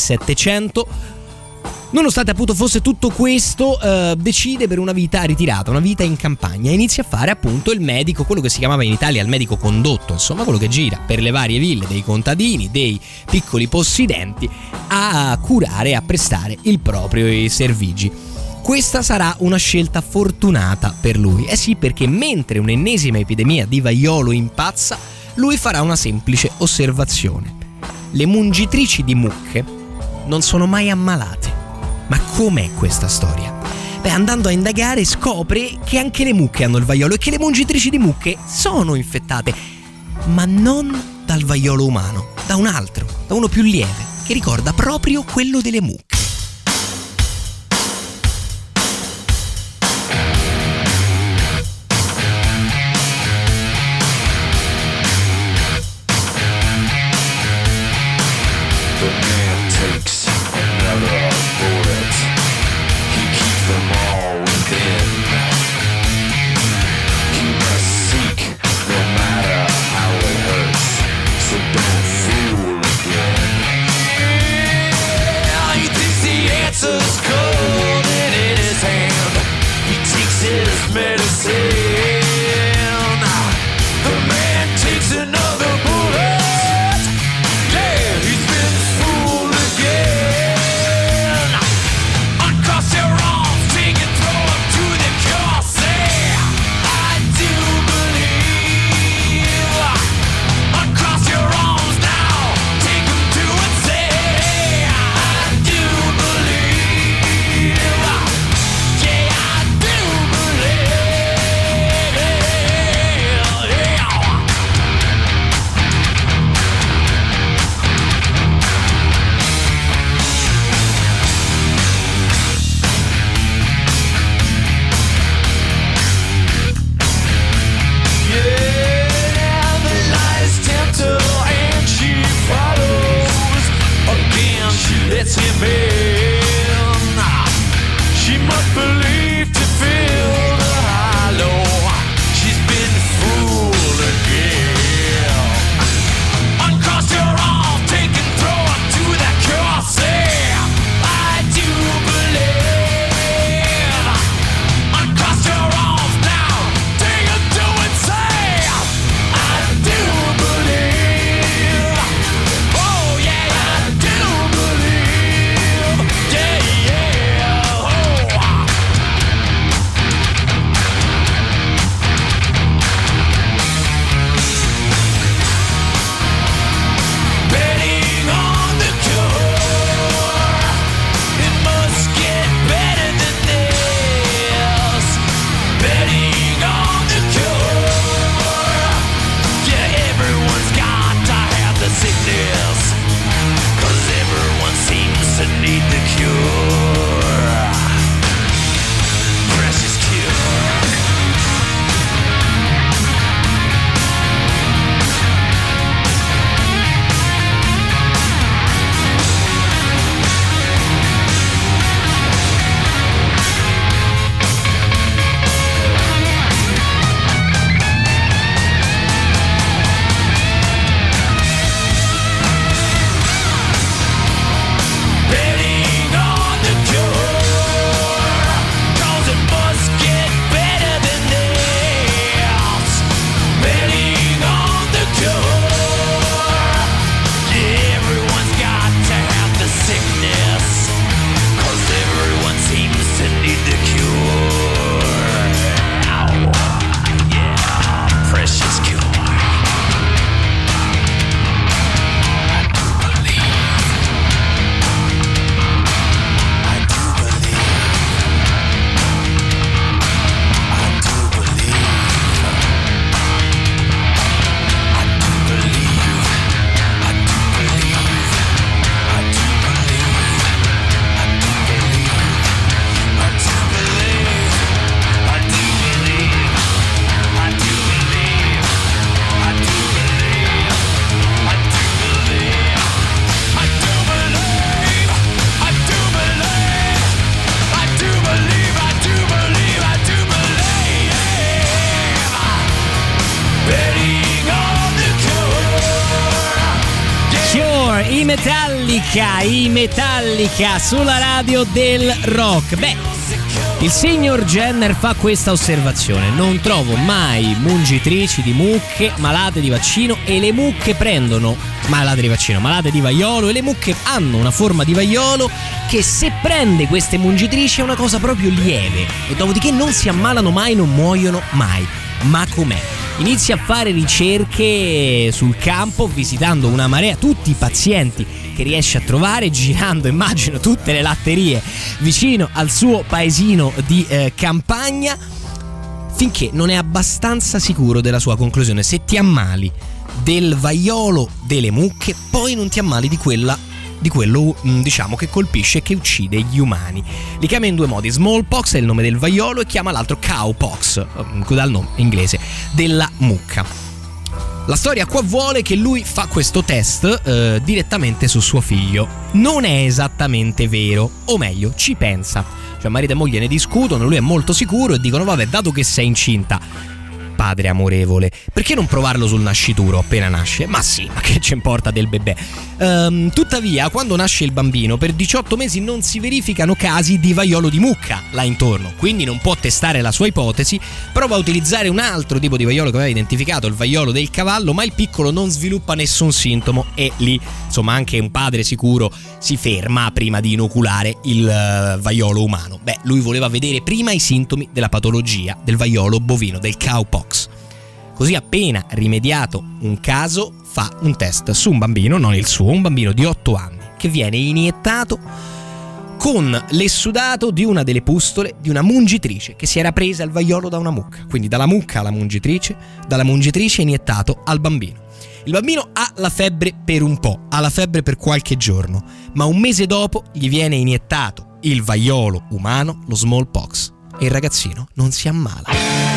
1700, nonostante appunto fosse tutto questo, decide per una vita ritirata, una vita in campagna, e inizia a fare appunto il medico, quello che si chiamava in Italia il medico condotto, insomma quello che gira per le varie ville dei contadini, dei piccoli possidenti, a curare e a prestare il proprio servigi. Questa sarà una scelta fortunata per lui, sì, perché mentre un'ennesima epidemia di vaiolo impazza, lui farà una semplice osservazione: le mungitrici di mucche non sono mai ammalate. Ma com'è questa storia? Beh, andando a indagare scopre che anche le mucche hanno il vaiolo e che le mungitrici di mucche sono infettate, ma non dal vaiolo umano, da un altro, da uno più lieve, che ricorda proprio quello delle mucche. You think I Metallica sulla radio del rock. Beh, il signor Jenner fa questa osservazione: non trovo mai mungitrici di mucche malate di vaccino, e le mucche prendono malate di vaccino, malate di vaiolo, e le mucche hanno una forma di vaiolo che, se prende queste mungitrici, è una cosa proprio lieve, e dopodiché non si ammalano mai, non muoiono mai. Ma com'è? Inizia a fare ricerche sul campo, visitando una marea, tutti i pazienti che riesce a trovare, girando, immagino, tutte le latterie vicino al suo paesino di campagna, finché non è abbastanza sicuro della sua conclusione. Se ti ammali del vaiolo delle mucche, poi non ti ammali di quello diciamo che colpisce e che uccide gli umani. Li chiama in due modi: smallpox è il nome del vaiolo e chiama l'altro cowpox, dal nome inglese della mucca. La storia qua vuole che lui fa questo test direttamente su suo figlio. Non è esattamente vero, o meglio, ci pensa. Cioè, marito e moglie ne discutono, lui è molto sicuro e dicono: vabbè, dato che sei incinta, padre amorevole, perché non provarlo sul nascituro appena nasce? Ma sì, ma che ci importa del bebè? Tuttavia, quando nasce il bambino, per 18 mesi non si verificano casi di vaiolo di mucca là intorno, quindi non può testare la sua ipotesi. Prova a utilizzare un altro tipo di vaiolo che aveva identificato, il vaiolo del cavallo, ma il piccolo non sviluppa nessun sintomo, e lì, insomma, anche un padre sicuro si ferma prima di inoculare il vaiolo umano. Beh, lui voleva vedere prima i sintomi della patologia del vaiolo bovino, del cowpox. Così, appena rimediato un caso, fa un test su un bambino, non il suo, un bambino di 8 anni, che viene iniettato con l'essudato di una delle pustole di una mungitrice che si era presa il vaiolo da una mucca. Quindi dalla mucca alla mungitrice, dalla mungitrice iniettato al bambino. Il bambino ha la febbre per un po', ha la febbre per qualche giorno, ma un mese dopo gli viene iniettato il vaiolo umano, lo smallpox, e il ragazzino non si ammala.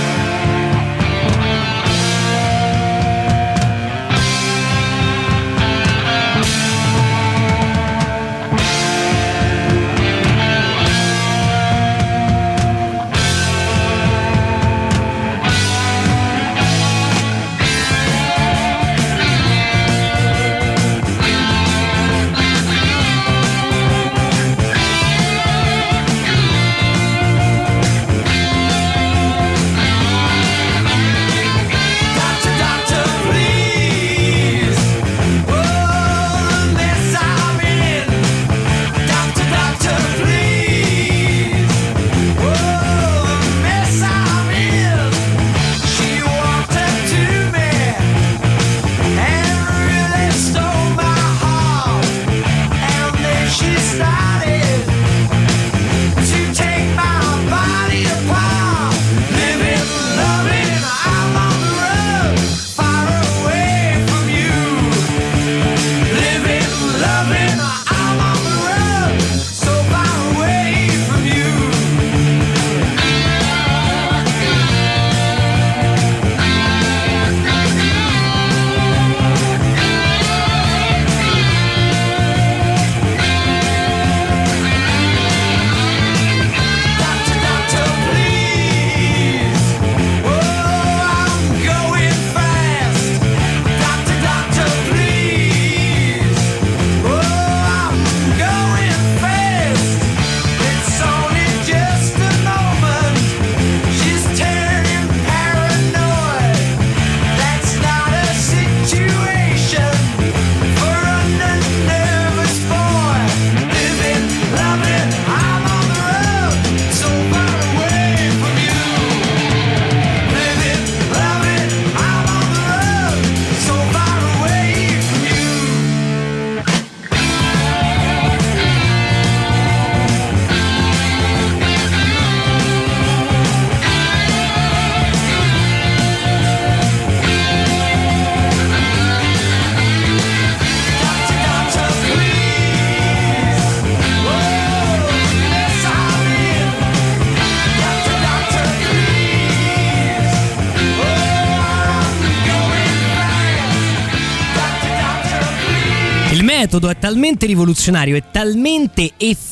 metodo è talmente rivoluzionario e talmente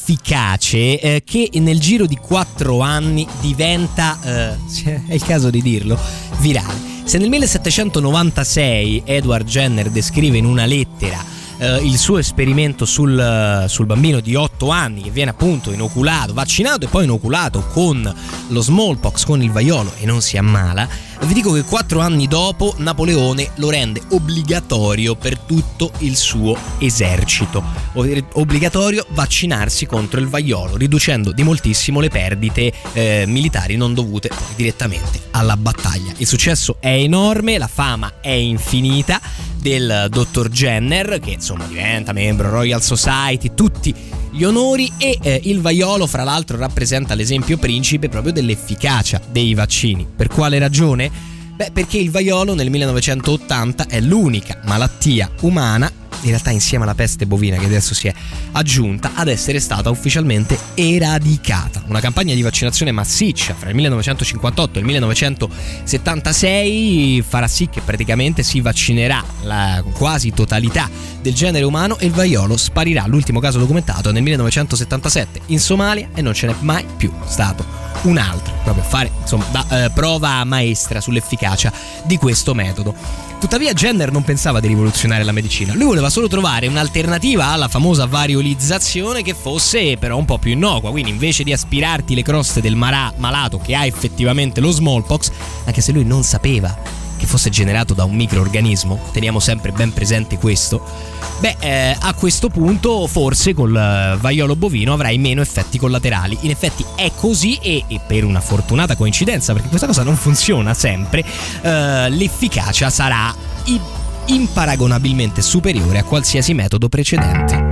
efficace che nel giro di 4 anni diventa, è il caso di dirlo, virale. Se nel 1796 Edward Jenner descrive in una lettera il suo esperimento sul bambino di 8 anni che viene appunto inoculato, vaccinato e poi inoculato con lo smallpox, con il vaiolo, e non si ammala, vi dico che 4 anni dopo Napoleone lo rende obbligatorio per tutto il suo esercito, obbligatorio vaccinarsi contro il vaiolo, riducendo di moltissimo le perdite militari non dovute direttamente alla battaglia. Il successo è enorme, la fama è infinita del dottor Jenner, che insomma diventa membro Royal Society, tutti gli onori, e il vaiolo fra l'altro rappresenta l'esempio principe proprio dell'efficacia dei vaccini. Per quale ragione? Beh, perché il vaiolo nel 1980 è l'unica malattia umana, in realtà insieme alla peste bovina che adesso si è aggiunta, ad essere stata ufficialmente eradicata. Una campagna di vaccinazione massiccia fra il 1958 e il 1976 farà sì che praticamente si vaccinerà la quasi totalità del genere umano e il vaiolo sparirà. L'ultimo caso documentato nel 1977 in Somalia e non ce n'è mai più stato un altro, proprio a fare insomma prova maestra sull'efficacia di questo metodo. Tuttavia Jenner non pensava di rivoluzionare la medicina, lui voleva solo trovare un'alternativa alla famosa variolizzazione che fosse però un po' più innocua, quindi invece di aspirarti le croste del malato che ha effettivamente lo smallpox, anche se lui non sapeva che fosse generato da un microorganismo, teniamo sempre ben presente questo, a questo punto forse col vaiolo bovino avrai meno effetti collaterali. In effetti è così e per una fortunata coincidenza, perché questa cosa non funziona sempre, l'efficacia sarà imparagonabilmente superiore a qualsiasi metodo precedente.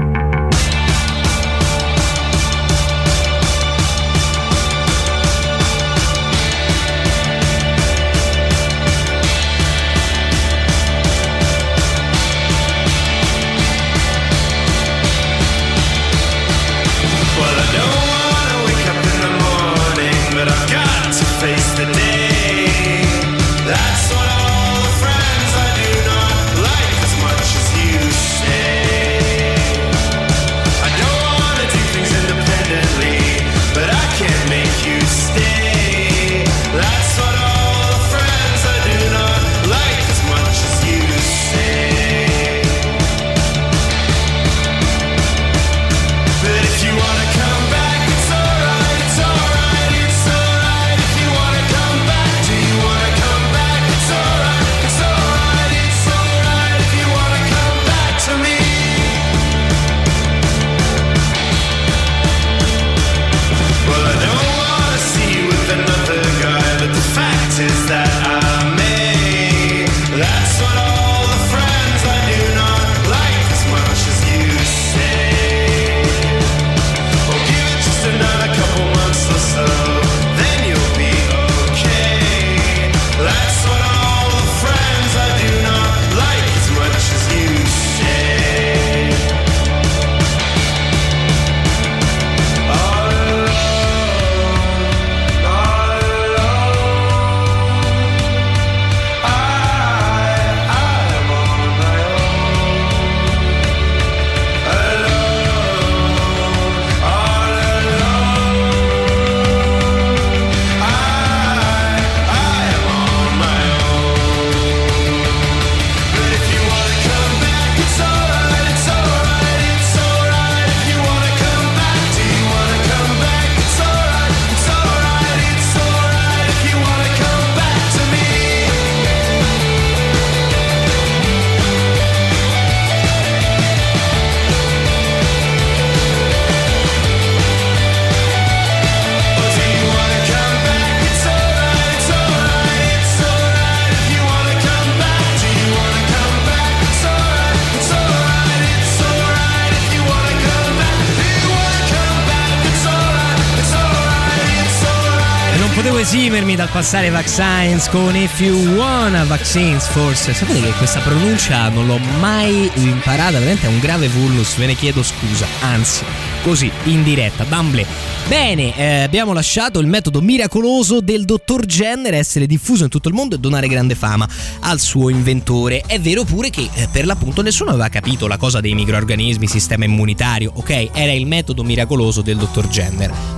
Potevo esimermi dal passare Vaccines con If You Wanna Vaccines, forse. Sapete che questa pronuncia non l'ho mai imparata, veramente è un grave vulnus, ve ne chiedo scusa, anzi, così, in diretta, d'amblè. Bene, abbiamo lasciato il metodo miracoloso del dottor Jenner essere diffuso in tutto il mondo e donare grande fama al suo inventore. È vero pure che per l'appunto nessuno aveva capito la cosa dei microorganismi, sistema immunitario, ok? Era il metodo miracoloso del dottor Jenner.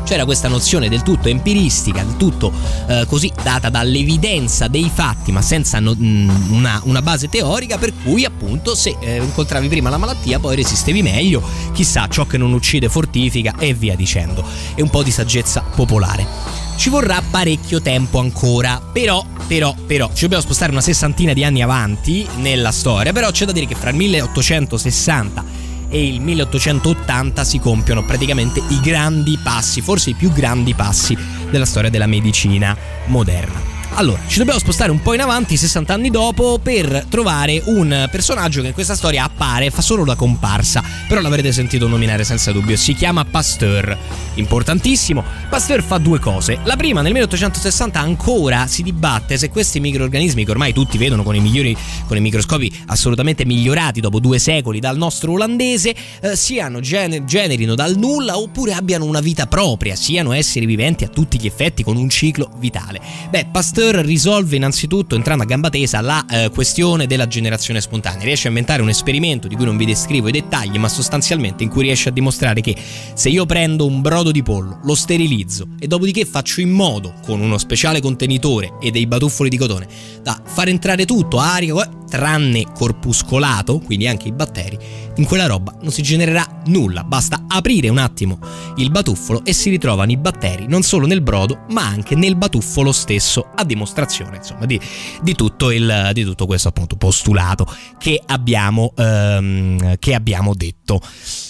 c'era questa nozione del tutto empiristica, del tutto così data dall'evidenza dei fatti ma senza una base teorica, per cui appunto se incontravi prima la malattia poi resistevi meglio, chissà, ciò che non uccide fortifica e via dicendo. È un po' di saggezza popolare. Ci vorrà parecchio tempo ancora, però ci dobbiamo spostare una sessantina di anni avanti nella storia, però c'è da dire che fra il 1860 e il 1880 si compiono praticamente i grandi passi, forse i più grandi passi della storia della medicina moderna. Allora, ci dobbiamo spostare un po' in avanti, 60 anni dopo, per trovare un personaggio che in questa storia appare, fa solo la comparsa, però l'avrete sentito nominare senza dubbio. Si chiama Pasteur, importantissimo. Pasteur fa due cose. La prima, nel 1860 ancora si dibatte se questi microrganismi, che ormai tutti vedono con i microscopi assolutamente migliorati dopo 2 secoli dal nostro olandese, siano generino dal nulla oppure abbiano una vita propria, siano esseri viventi a tutti gli effetti con un ciclo vitale. Pasteur risolve innanzitutto, entrando a gamba tesa, la questione della generazione spontanea. Riesce a inventare un esperimento di cui non vi descrivo i dettagli, ma sostanzialmente in cui riesce a dimostrare che se io prendo un brodo di pollo, lo sterilizzo e dopodiché faccio in modo, con uno speciale contenitore e dei batuffoli di cotone, da far entrare tutto, aria, tranne corpuscolato, quindi anche i batteri, in quella roba non si genererà nulla. Basta aprire un attimo il batuffolo e si ritrovano i batteri non solo nel brodo ma anche nel batuffolo stesso, a dimostrazione insomma di tutto questo appunto postulato che abbiamo detto.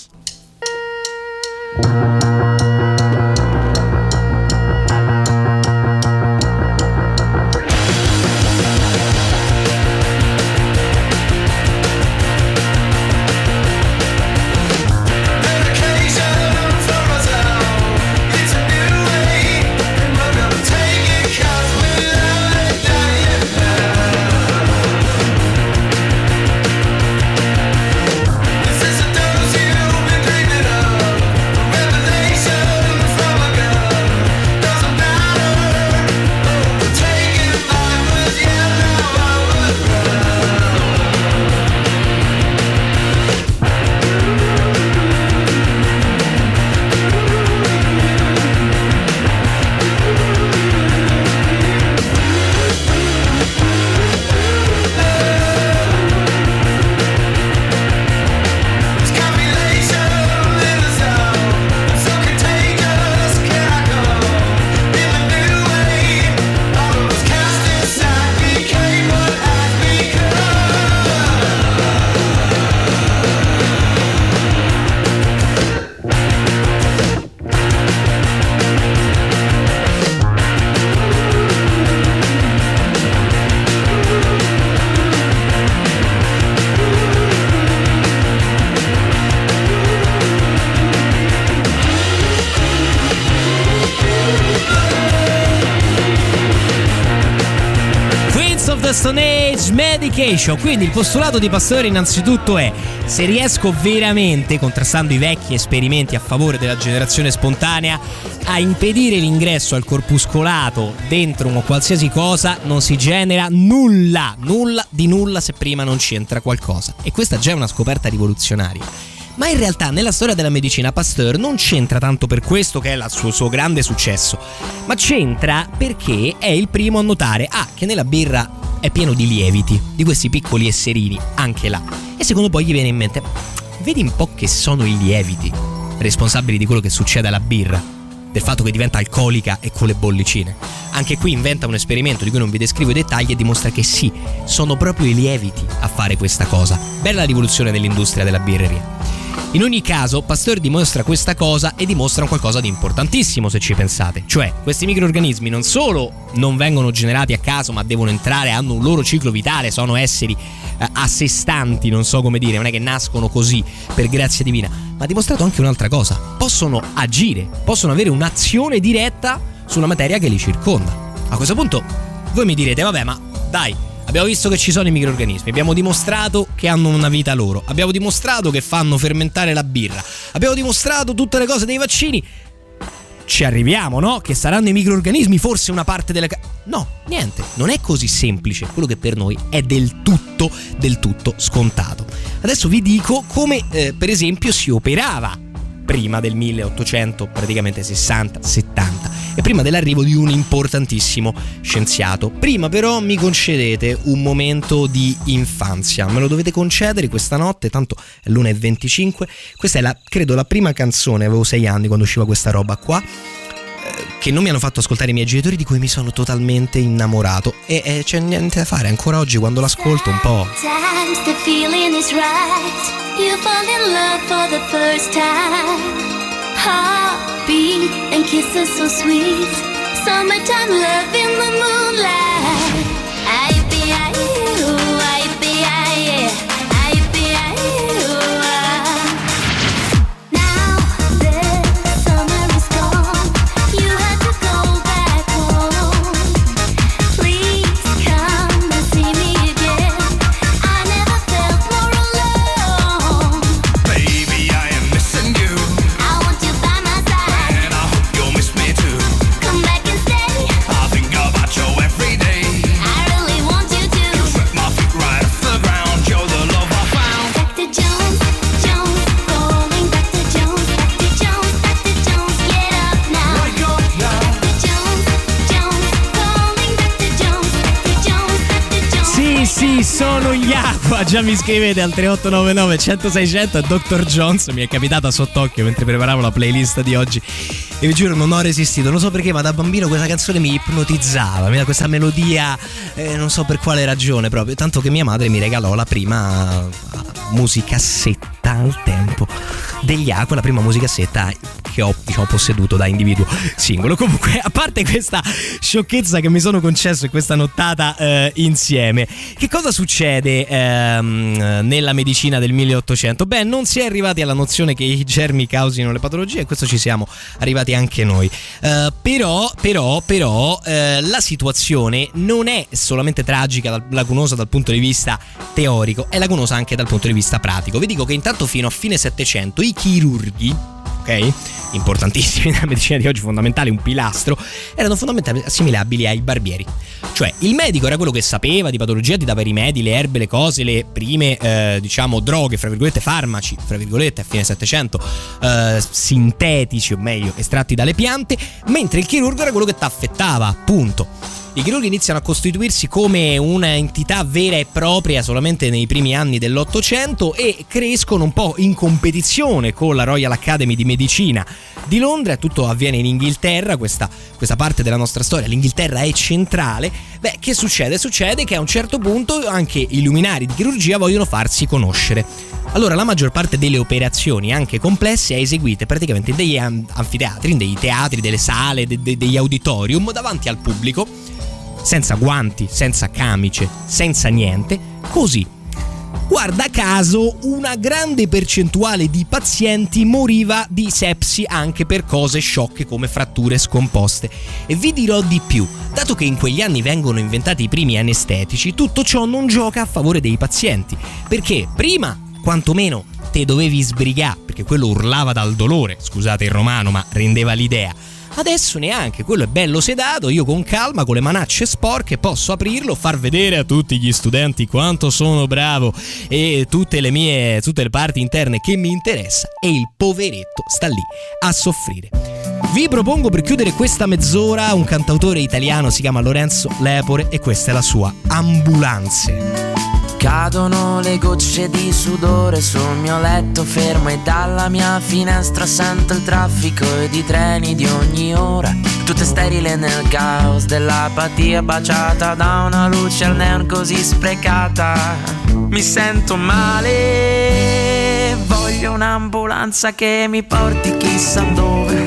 Stone Age Medication. Quindi il postulato di Pasteur innanzitutto è: se riesco veramente, contrastando i vecchi esperimenti a favore della generazione spontanea, a impedire l'ingresso al corpuscolato dentro una qualsiasi cosa, non si genera nulla di nulla se prima non ci entra qualcosa. E questa già è una scoperta rivoluzionaria. Ma in realtà nella storia della medicina Pasteur non c'entra tanto per questo che è il suo grande successo, ma c'entra perché è il primo a notare che nella birra è pieno di lieviti, di questi piccoli esserini, anche là. E secondo poi gli viene in mente: vedi un po' che sono i lieviti responsabili di quello che succede alla birra, del fatto che diventa alcolica e con le bollicine. Anche qui inventa un esperimento di cui non vi descrivo i dettagli e dimostra che sì, sono proprio i lieviti a fare questa cosa. Bella rivoluzione dell'industria della birreria. In ogni caso, Pasteur dimostra questa cosa e dimostra un qualcosa di importantissimo, se ci pensate. Cioè, questi microrganismi non solo non vengono generati a caso, ma devono entrare, hanno un loro ciclo vitale, sono esseri a sé stanti, non so come dire, non è che nascono così per grazia divina, ma ha dimostrato anche un'altra cosa: possono agire, possono avere un'azione diretta sulla materia che li circonda. A questo punto voi mi direte: vabbè, ma dai, abbiamo visto che ci sono i microrganismi, abbiamo dimostrato che hanno una vita loro, abbiamo dimostrato che fanno fermentare la birra, abbiamo dimostrato tutte le cose dei vaccini, ci arriviamo, no? Che saranno i microrganismi forse una parte della... No, niente, non è così semplice, quello che per noi è del tutto scontato. Adesso vi dico come per esempio si operava prima del 1800, praticamente 60-70, e prima dell'arrivo di un importantissimo scienziato. Prima però mi concedete un momento di infanzia, me lo dovete concedere questa notte, tanto è l'1:25. Questa è credo la prima canzone, avevo 6 anni quando usciva questa roba qua, che non mi hanno fatto ascoltare i miei genitori, di cui mi sono totalmente innamorato, e c'è niente da fare, ancora oggi quando l'ascolto un po'. Sometimes the feeling is right. You fall in love for the first time. Heartbeat and kisses so sweet. Summertime love in the moonlight. I be I you, I be I, I be I you. Now the summer is gone. You have to go back home. Please come and see me again. I never felt more alone. Baby, I am missing you, I want you by my side. and I hope you'll miss me too. Come back and stay. I think about you every day. I really want you to. Swept my feet right off the ground. You're the love I found. Back to Jones, Jones, going back to Jones, back to Jones, back to Jones. Get up now. Wake up now. Back to Jones, Jones, going back to Jones, back to Jones, back to Jones. Sì, sono Iacqua, già mi scrivete al 3899 106 100 e Dr. Jones mi è capitata sott'occhio mentre preparavo la playlist di oggi e vi giuro non ho resistito, non so perché, ma da bambino questa canzone mi ipnotizzava, mi da questa melodia, non so per quale ragione proprio, tanto che mia madre mi regalò la prima musicassetta al tempo degli Aqua, la prima musicassetta che ho, diciamo, posseduto da individuo singolo. Comunque, a parte questa sciocchezza che mi sono concesso in questa nottata insieme, che cosa succede nella medicina del 1800? Beh, non si è arrivati alla nozione che i germi causino le patologie, e questo ci siamo arrivati anche noi. Però la situazione non è solamente tragica, lacunosa dal punto di vista teorico, è lacunosa anche dal punto di vista pratico. Vi dico che intanto fino a fine 700 i chirurghi, ok, importantissimi nella medicina di oggi, fondamentali, un pilastro, erano fondamentalmente assimilabili ai barbieri. Cioè il medico era quello che sapeva di patologia, ti dava i rimedi, le erbe, le cose, le prime diciamo droghe, fra virgolette farmaci, fra virgolette a fine 700, sintetici, o meglio estratti dalle piante, mentre il chirurgo era quello che t'affettava, appunto. I chirurghi iniziano a costituirsi come una entità vera e propria solamente nei primi anni dell'800 e crescono un po' in competizione con la Royal Academy di Medicina di Londra. Tutto avviene in Inghilterra, questa parte della nostra storia, l'Inghilterra è centrale. Beh, che succede? Succede che a un certo punto anche i luminari di chirurgia vogliono farsi conoscere. Allora la maggior parte delle operazioni, anche complesse, è eseguite praticamente in degli anfiteatri, in dei teatri, delle sale, degli auditorium davanti al pubblico, senza guanti, senza camice, senza niente, così. Guarda caso, una grande percentuale di pazienti moriva di sepsi anche per cose sciocche come fratture scomposte. E vi dirò di più, dato che in quegli anni vengono inventati i primi anestetici, tutto ciò non gioca a favore dei pazienti, perché prima, quantomeno, te dovevi sbrigare, perché quello urlava dal dolore, scusate il romano, ma rendeva l'idea. Adesso neanche, quello è bello sedato, io con calma, con le manacce sporche, posso aprirlo, far vedere a tutti gli studenti quanto sono bravo e tutte le parti interne che mi interessa, e il poveretto sta lì a soffrire. Vi propongo, per chiudere questa mezz'ora, un cantautore italiano, si chiama Lorenzo Lepore, e questa è la sua Ambulanze. Cadono le gocce di sudore sul mio letto fermo e dalla mia finestra sento il traffico ed i treni di ogni ora. Tutto è sterile nel caos dell'apatia, baciata da una luce al neon così sprecata. Mi sento male, voglio un'ambulanza che mi porti chissà dove.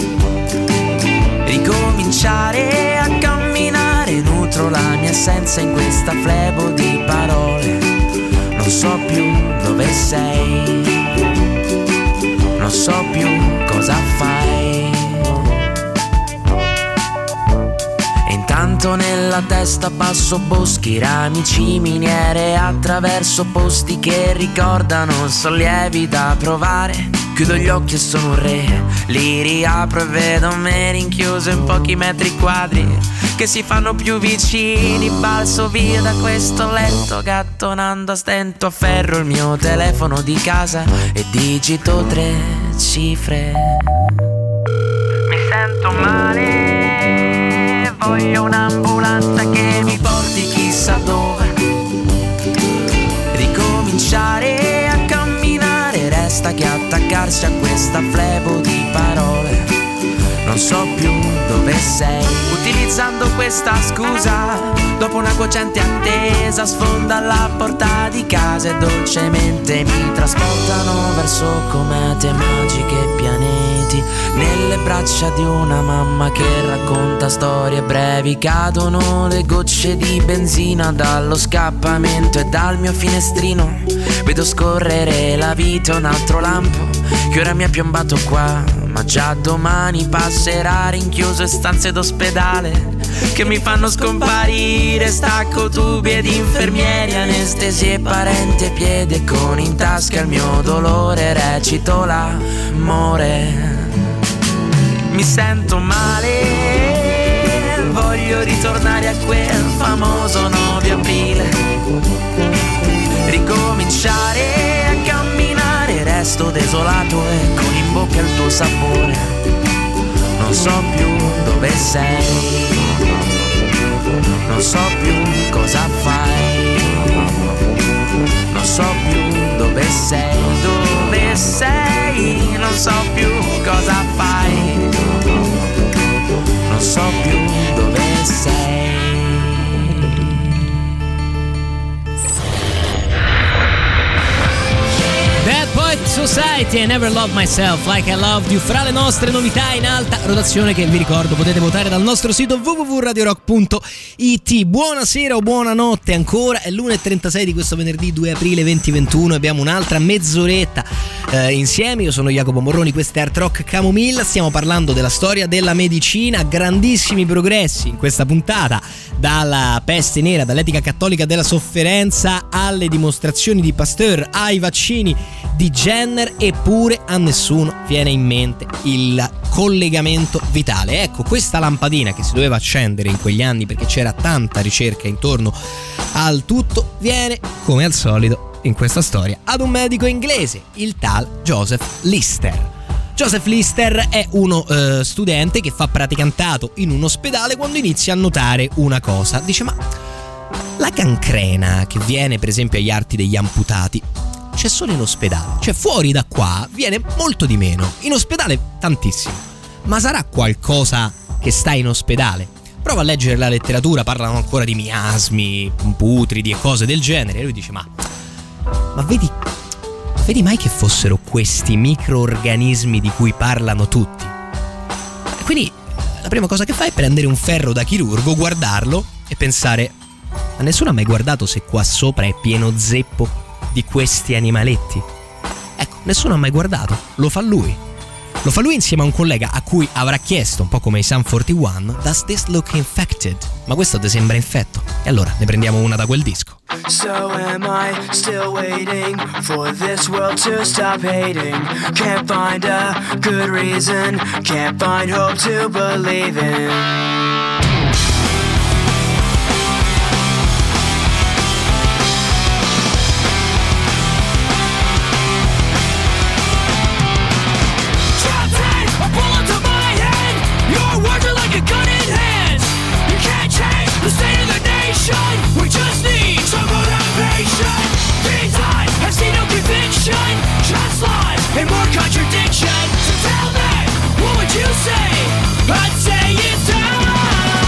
Ricominciare a camminare, nutro la mia essenza in questa flebo di parole. Non so più dove sei, non so più cosa fai. E intanto nella testa passo boschi, rami, miniere, attraverso posti che ricordano sollievi da provare. Chiudo gli occhi e sono un re, li riapro e vedo me rinchiuso in pochi metri quadri che si fanno più vicini. Balzo via da questo letto gattonando a stento, afferro il mio telefono di casa e digito 3 cifre. Mi sento male, voglio un'ambulanza che mi porti chissà dove. Ricominciare a camminare, resta che attaccarsi a questa flebo di parole. Non so più dove sei, utilizzando questa scusa. Dopo una cocente attesa sfonda la porta di casa e dolcemente mi trasportano verso comete magiche e pianeti. Nelle braccia di una mamma che racconta storie brevi. Cadono le gocce di benzina dallo scappamento e dal mio finestrino vedo scorrere la vita, un altro lampo che ora mi ha piombato qua, ma già domani passerà rinchiuso in stanze d'ospedale che mi fanno scomparire. Stacco tubi ed infermieri, anestesi e parenti e piede, con in tasca il mio dolore recito l'amore. Mi sento male, voglio ritornare a quel famoso 9 aprile, ricominciare a camminare, resto desolato e con in bocca il tuo sapore. Non so più dove sei, non so più cosa fai, non so più dove sei, non so più cosa fai, non so più dove sei. Bad Boy Society, I Never Loved Myself Like I Loved You, fra le nostre novità in alta rotazione che vi ricordo potete votare dal nostro sito www.radiorock.it. Buonasera o buonanotte ancora, è l'1:36 di questo venerdì 2 aprile 2021, abbiamo un'altra mezz'oretta insieme. Io sono Jacopo Morroni, questo è Art Rock Camomilla, stiamo parlando della storia della medicina, grandissimi progressi in questa puntata, dalla peste nera, dall'etica cattolica della sofferenza alle dimostrazioni di Pasteur, ai vaccini di Jenner, eppure a nessuno viene in mente il collegamento vitale. Ecco, questa lampadina che si doveva accendere in quegli anni perché c'era tanta ricerca intorno al tutto, viene come al solito in questa storia ad un medico inglese, il tal Joseph Lister. Joseph Lister è uno studente che fa praticantato in un ospedale quando inizia a notare una cosa. Dice: ma la cancrena che viene per esempio agli arti degli amputati c'è solo in ospedale, cioè fuori da qua viene molto di meno, in ospedale tantissimo. Ma sarà qualcosa che sta in ospedale? Prova a leggere la letteratura, parlano ancora di miasmi, putridi e cose del genere. E lui dice: ma vedi mai che fossero questi microorganismi di cui parlano tutti? E quindi la prima cosa che fa è prendere un ferro da chirurgo, guardarlo e pensare: ma nessuno ha mai guardato se qua sopra è pieno zeppo di questi animaletti? Ecco, nessuno ha mai guardato, lo fa lui. Lo fa lui insieme a un collega a cui avrà chiesto, un po' come i Sum 41, Does this look infected? Ma questo ti sembra infetto? E allora ne prendiamo una da quel disco. So am I still waiting for this world to stop hating? Can't find a good reason, can't find hope to believe in. The state of the nation, we just need some motivation. These times have seen no conviction, just lies and more contradiction. So tell me, what would you say? I'd say it's time.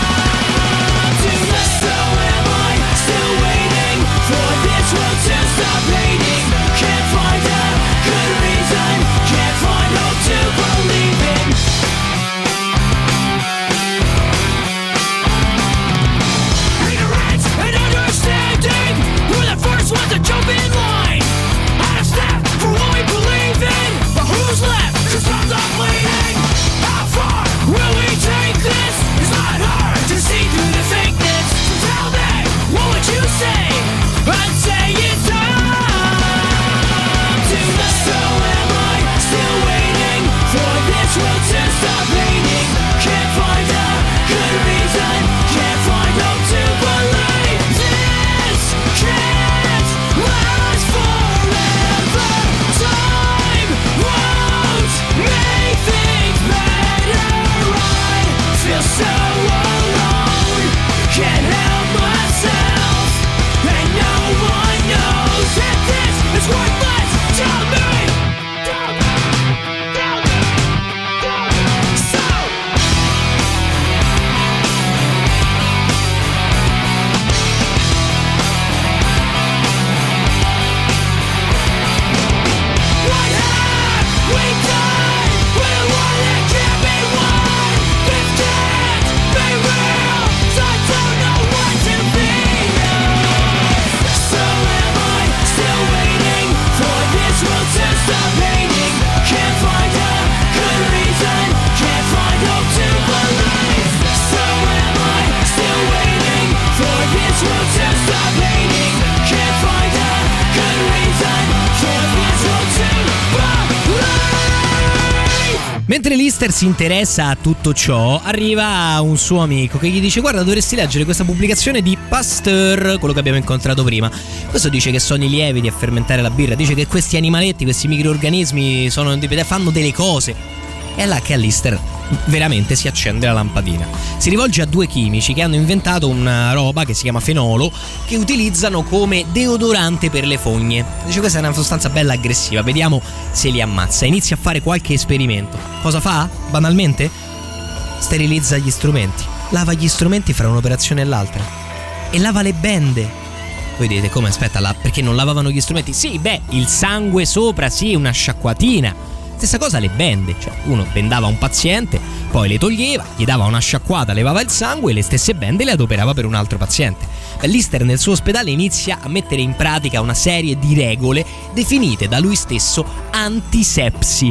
Mentre Lister si interessa a tutto ciò, arriva un suo amico che gli dice: guarda, dovresti leggere questa pubblicazione di Pasteur, quello che abbiamo incontrato prima. Questo dice che sono i lieviti a fermentare la birra, dice che questi animaletti, questi microrganismi fanno delle cose. E è là che a Lister veramente si accende la lampadina. Si rivolge a due chimici che hanno inventato una roba che si chiama fenolo, che utilizzano come deodorante per le fogne. Dice: questa è una sostanza bella aggressiva, vediamo se li ammazza. Inizia a fare qualche esperimento. Cosa fa? Banalmente sterilizza gli strumenti, lava gli strumenti fra un'operazione e l'altra, e lava le bende. Voi dite: come, aspetta, perché non lavavano gli strumenti? Sì, il sangue sopra, sì, una sciacquatina. Stessa cosa le bende, cioè uno bendava un paziente, poi le toglieva, gli dava una sciacquata, levava il sangue e le stesse bende le adoperava per un altro paziente. Lister nel suo ospedale inizia a mettere in pratica una serie di regole definite da lui stesso antisepsi.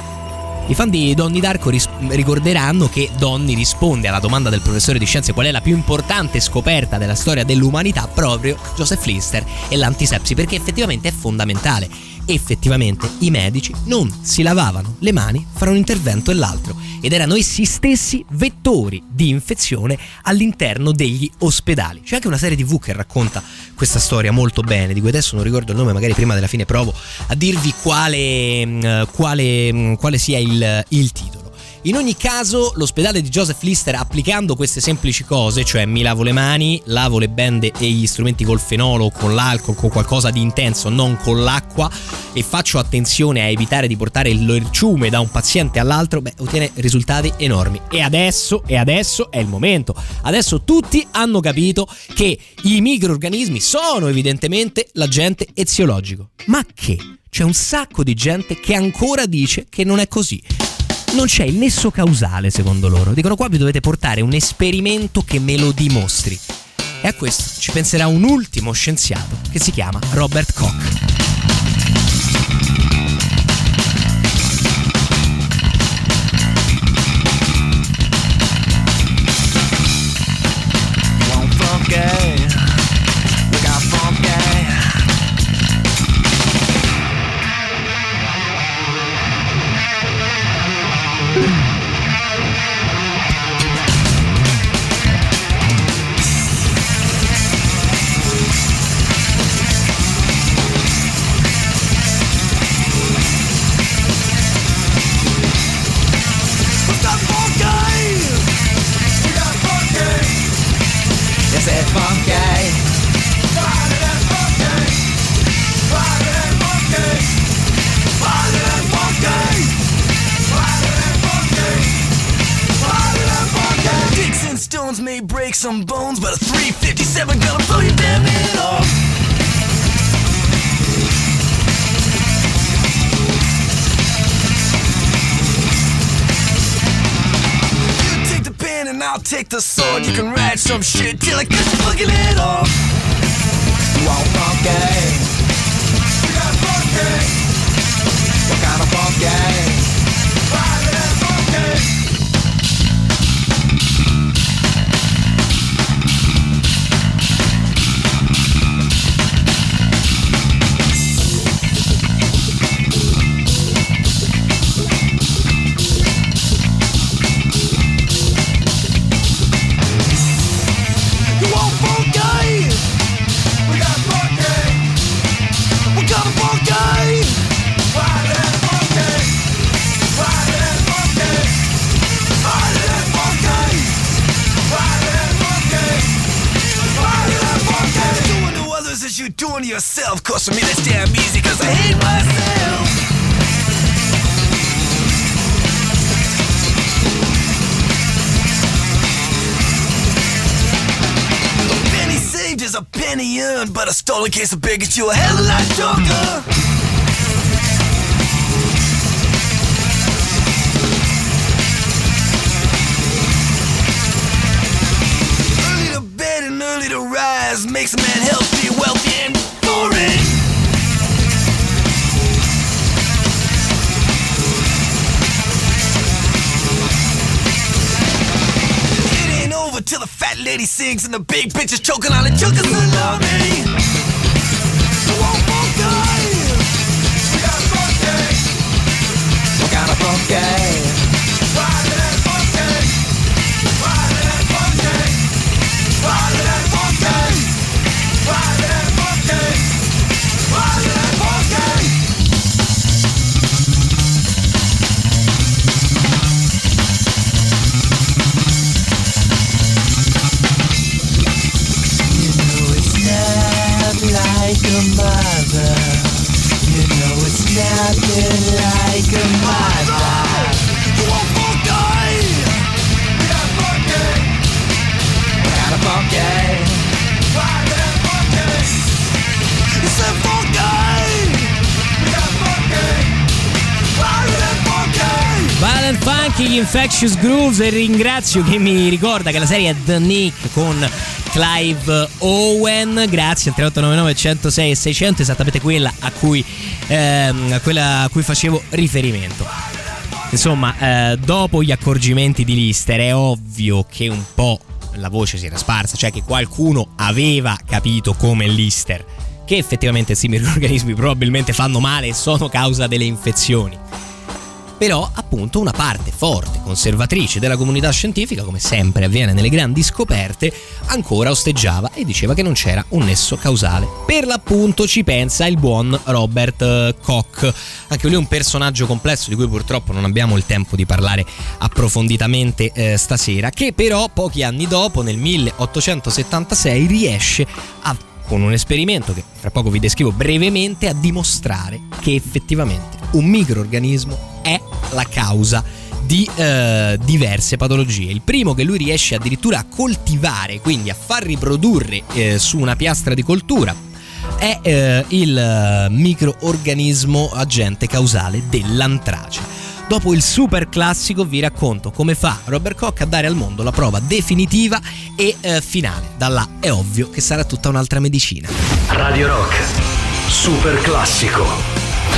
I fan di Donnie Darko ricorderanno che Donnie risponde alla domanda del professore di scienze qual è la più importante scoperta della storia dell'umanità, proprio Joseph Lister e l'antisepsi, perché effettivamente è fondamentale. Effettivamente i medici non si lavavano le mani fra un intervento e l'altro ed erano essi stessi vettori di infezione all'interno degli ospedali. C'è anche una serie TV che racconta questa storia molto bene, di cui adesso non ricordo il nome, magari prima della fine provo a dirvi quale sia il titolo. In ogni caso, l'ospedale di Joseph Lister, applicando queste semplici cose, cioè mi lavo le mani, lavo le bende e gli strumenti col fenolo, con l'alcol, con qualcosa di intenso, non con l'acqua, e faccio attenzione a evitare di portare il lorciume da un paziente all'altro, ottiene risultati enormi. E adesso è il momento. Adesso tutti hanno capito che i microrganismi sono evidentemente l'agente eziologico. Ma che? C'è un sacco di gente che ancora dice che non è così. Non c'è il nesso causale, secondo loro. Dicono: qua vi dovete portare un esperimento che me lo dimostri. E a questo ci penserà un ultimo scienziato che si chiama Robert Koch. May break some bones, but a 357 gonna blow your damn head off. You take the pen and I'll take the sword. You can write some shit till I get your fucking head off. You want funky? We got funky. What kind of funky? Private and funky. You doing to yourself, cause for me that's damn easy, cause I hate myself. A penny saved is a penny earned, but a stolen case of beer gets you a hell of a lot drunker. Early to bed and early to rise makes a man healthy, wealthy, and boring. It ain't over till the fat lady sings and the big bitch is choking on the chuckers that love me. You want funky? We got funky. What kind of funky? Violent Funky, gli Infectious Grooves, e ringrazio che mi ricorda che la serie è The Nick con Clive Owen, grazie al 3899 106 e 600, esattamente quella a cui facevo riferimento. Insomma, dopo gli accorgimenti di Lister è ovvio che un po' la voce si era sparsa, cioè che qualcuno aveva capito come Lister che effettivamente questi microrganismi probabilmente fanno male e sono causa delle infezioni. Però appunto una parte forte, conservatrice della comunità scientifica, come sempre avviene nelle grandi scoperte, ancora osteggiava e diceva che non c'era un nesso causale. Per l'appunto ci pensa il buon Robert Koch, anche lui un personaggio complesso di cui purtroppo non abbiamo il tempo di parlare approfonditamente stasera, che però pochi anni dopo, nel 1876, riesce con un esperimento che fra poco vi descrivo brevemente, a dimostrare che effettivamente un microrganismo è la causa di diverse patologie. Il primo che lui riesce addirittura a coltivare, quindi a far riprodurre su una piastra di coltura, è il microorganismo agente causale dell'antrace. Dopo il super classico vi racconto come fa Robert Koch a dare al mondo la prova definitiva e finale. Da là è ovvio che sarà tutta un'altra medicina. Radio Rock, super classico.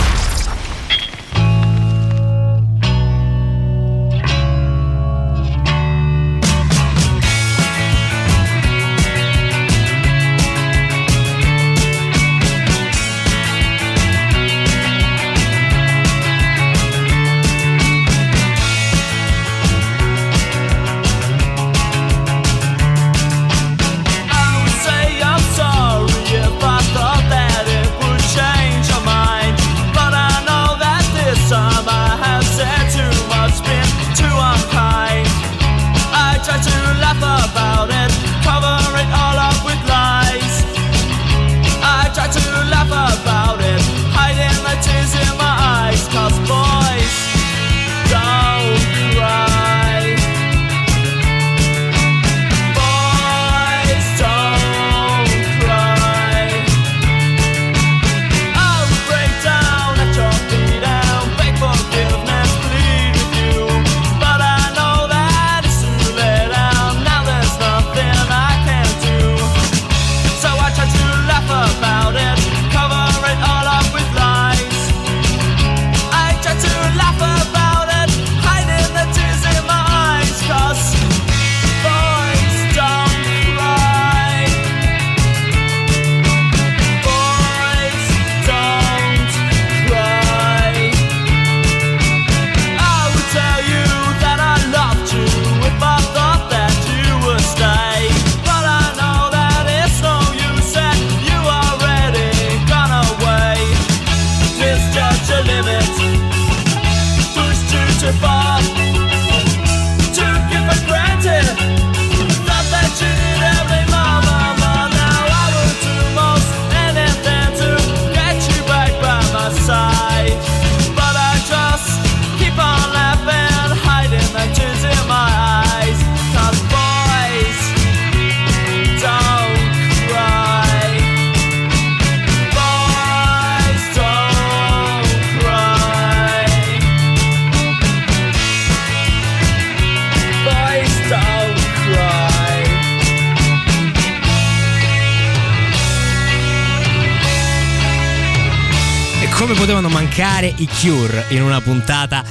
Come potevano mancare i Cure in una puntata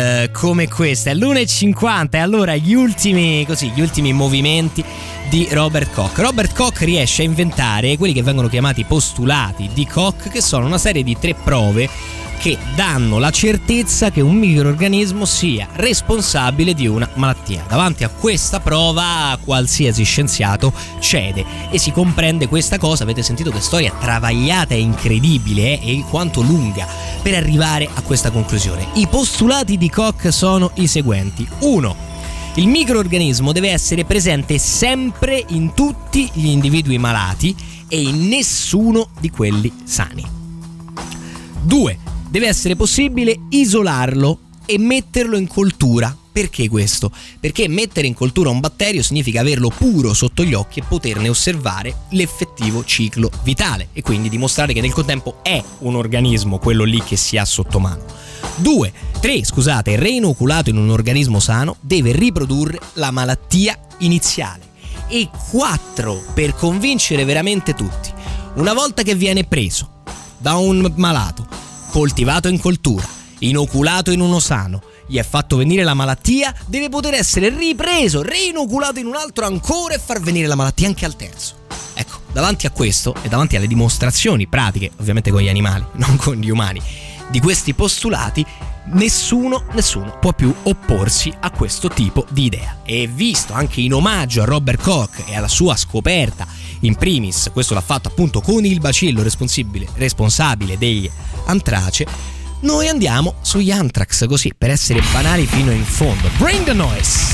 come questa? È l'1:50 e allora gli ultimi movimenti di Robert Koch. Robert Koch riesce a inventare quelli che vengono chiamati postulati di Koch, che sono una serie di 3 prove che danno la certezza che un microrganismo sia responsabile di una malattia. Davanti a questa prova qualsiasi scienziato cede e si comprende questa cosa. Avete sentito che storia travagliata e incredibile e quanto lunga per arrivare a questa conclusione. I postulati di Koch sono i seguenti. 1. Il microrganismo deve essere presente sempre in tutti gli individui malati e in nessuno di quelli sani. 2. Deve essere possibile isolarlo e metterlo in coltura Perché questo? Perché mettere in coltura un batterio significa averlo puro sotto gli occhi e poterne osservare l'effettivo ciclo vitale e quindi dimostrare che nel contempo è un organismo quello lì che si ha sotto mano. 3, reinoculato in un organismo sano deve riprodurre la malattia iniziale. E 4, per convincere veramente tutti, una volta che viene preso da un malato, coltivato in coltura, inoculato in uno sano, gli è fatto venire la malattia, deve poter essere ripreso, reinoculato in un altro ancora e far venire la malattia anche al terzo. Ecco, davanti a questo e davanti alle dimostrazioni pratiche, ovviamente con gli animali, non con gli umani, di questi postulati, nessuno può più opporsi a questo tipo di idea. E visto anche in omaggio a Robert Koch e alla sua scoperta, in primis, questo l'ha fatto appunto con il bacillo responsabile degli antrace, noi andiamo sugli Anthrax, così per essere banali fino in fondo. Bring the noise!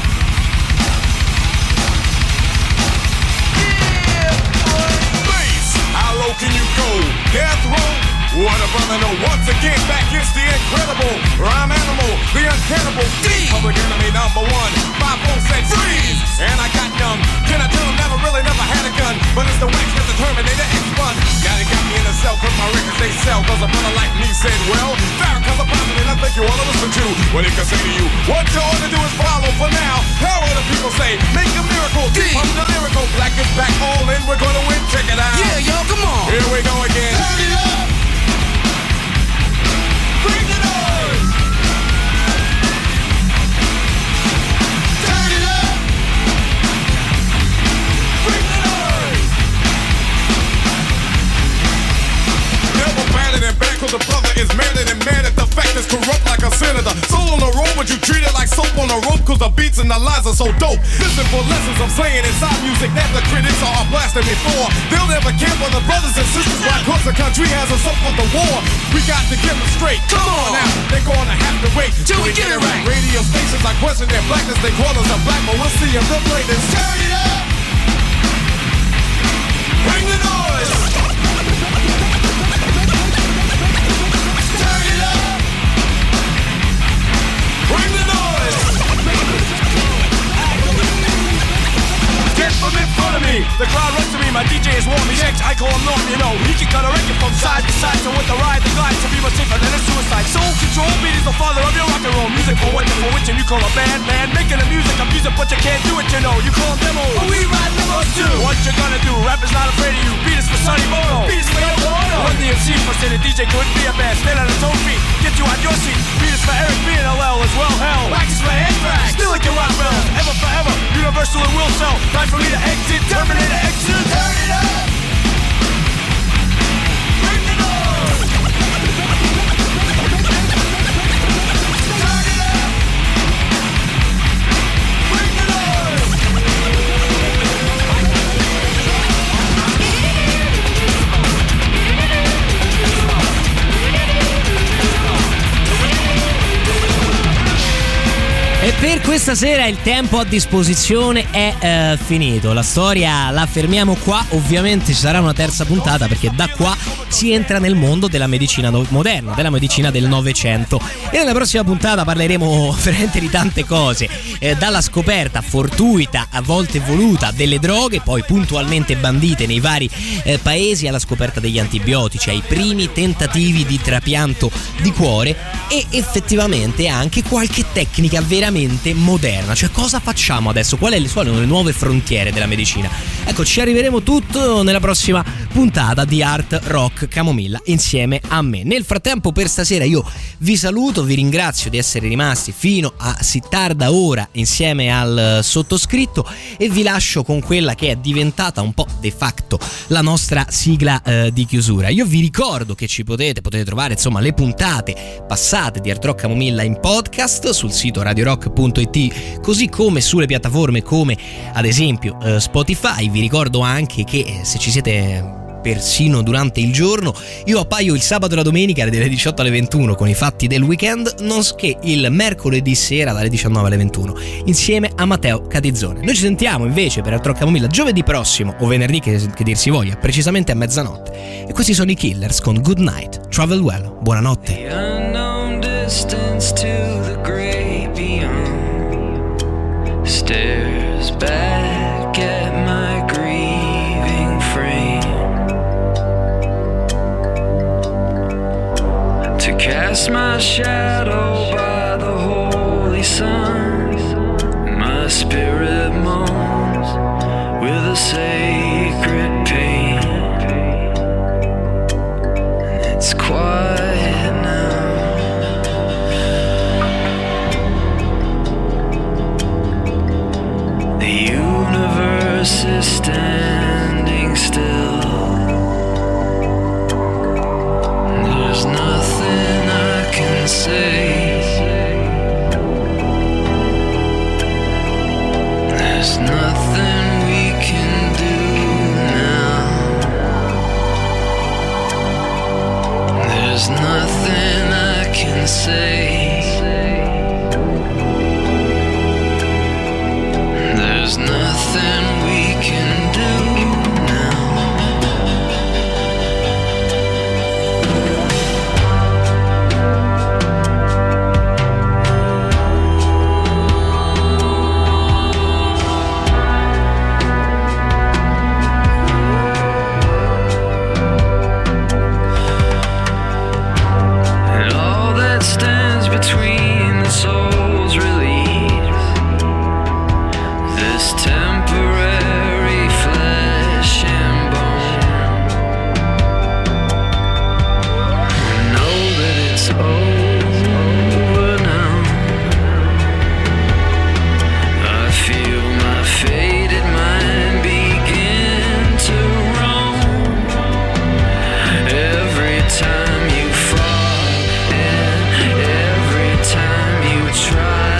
How low can you go? Death row? What a brother, no. Once again, back is the incredible rhyme animal, the uncannibal D. Public enemy number 1. 5 said freeze, and I got numb. Can I tell him never had a gun, but it's the wax that the Terminator X1. Now they got me in a cell, cause my records they sell. Cause a brother like me said, well, Farrakhan's a prophet, and I think you ought to listen to what he can say to you. What you ought to do is follow for now. How will the people say? Make a miracle. D. I'm the lyrical. Black is back, all in. We're gonna win. Check it out. Yeah, y'all, come on. Here we go again. Turn it up. Bring the noise. Turn it up. Bring the noise. Never batted and back, cause the brother is madder than mad at the fact it's corrupt like a senator. Soul on the road, but you treat it like soap on a rope, cause the beats and the lines are so dope. Listen for lessons I'm saying inside music that the critics are blasting me for. They'll never care for the brothers and sisters, why? Cause the country has us up for the war. We got to get them straight. Come on now, they're gonna have to wait till we get it right. Radio stations, I question their blackness, they call us a black, but we'll see if they'll play this. Turn it up. Bring the noise. Turn it up. Bring the noise. Get from in front of me, the crowd runs to me, my DJ is warm, he's I call him Norm, you know. He can cut a record from side to side, so with the ride, the glide, to be much safer than a suicide. Soul control, beat is the father of your rock and roll. Music for what, for which, and you call a band, man. Making the music, I'm music, but you can't do it, you know. You call them demos, but we ride demos too. What you gonna do? Rap is not afraid of you. Beat is for Sonny Bono, beat is for Yoko Ono. Run the MC for saying the DJ couldn't be a band. Stand on his own feet, get you on your seat. Beat is for Eric B and LL as well, hell. Wax is for Anthrax, still like your rock bells. Ever forever, universal and will sell. Time for me to exit, Terminator exit. Turn it up. Bring the noise. Turn it up. Bring the noise. E per questa sera il tempo a disposizione è finito. La storia la fermiamo qua. Ovviamente ci sarà una terza puntata, perché da qua si entra nel mondo della medicina moderna, della medicina del Novecento. E nella prossima puntata parleremo veramente di tante cose, dalla scoperta fortuita, a volte voluta, delle droghe, poi puntualmente bandite nei vari paesi, alla scoperta degli antibiotici, ai primi tentativi di trapianto di cuore e effettivamente anche qualche tecnica veramente moderna. Cioè, cosa facciamo adesso? Quali sono le nuove frontiere della medicina? Ecco, ci arriveremo tutto nella prossima puntata di Art Rock Camomilla insieme a me. Nel frattempo, per stasera io vi saluto, vi ringrazio di essere rimasti fino a sì tarda ora insieme al sottoscritto e vi lascio con quella che è diventata un po' de facto la nostra sigla di chiusura. Io vi ricordo che ci potete trovare insomma le puntate passate di Art Rock Camomilla in podcast sul sito radiorock.it, così come sulle piattaforme come ad esempio Spotify. Vi ricordo anche che se ci siete persino durante il giorno, io appaio il sabato e la domenica dalle 18 alle 21 con i fatti del weekend, nonché il mercoledì sera dalle 19 alle 21 insieme a Matteo Catizzone. Noi ci sentiamo invece per Art Rock Camomilla giovedì prossimo, o venerdì che dir si voglia, precisamente a mezzanotte. E questi sono i Killers con Good Night, Travel Well, buonanotte. The unknown distance to the great beyond. stares back at my grieving frame to cast my shadow by the holy sun. My spirit moans with a sacred pain. It's quiet now. The universe is standing still. There's nothing I can say. There's nothing we can do now. There's nothing I can say. There's nothing we can do now. And all that stands between the soul's release, this temporary flesh and bone. Know that it's over now. I feel my faded mind begin to roam. Every time you fall and every time you try,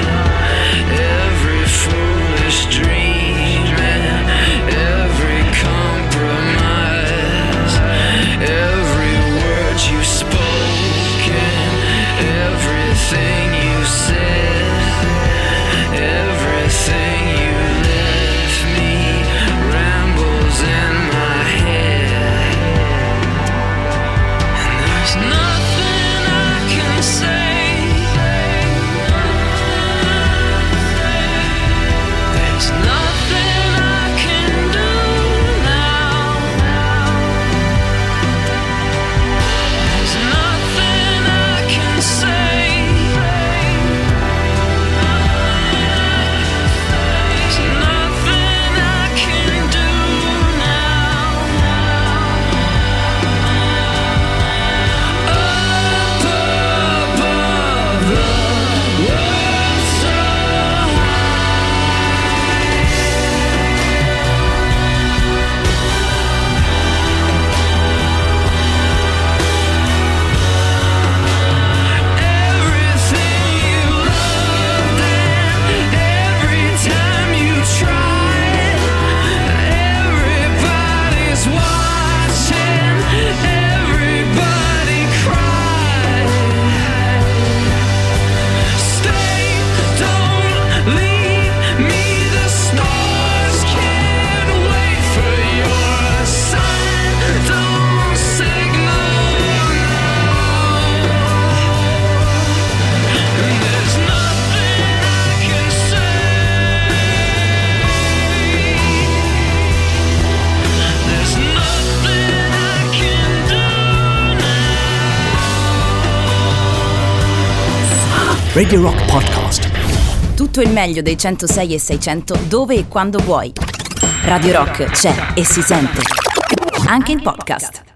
every foolish dream and every compromise, every word you spoke and everything you said, everything you left me rambles in my head. And there's nothing I can say. There's nothing I can do now. There's nothing I can say. There's nothing I can do now. Up above the world so everything you loved and every time you tried, everybody's watching, everybody cried. Stay, don't leave me, the stars can't wait for your sign. Don't signal now. And there's nothing I can say. There's nothing I can do now. Radio Rock Podcast. Tutto il meglio dei 106 e 600 dove e quando vuoi. Radio Rock c'è e si sente. Anche in podcast.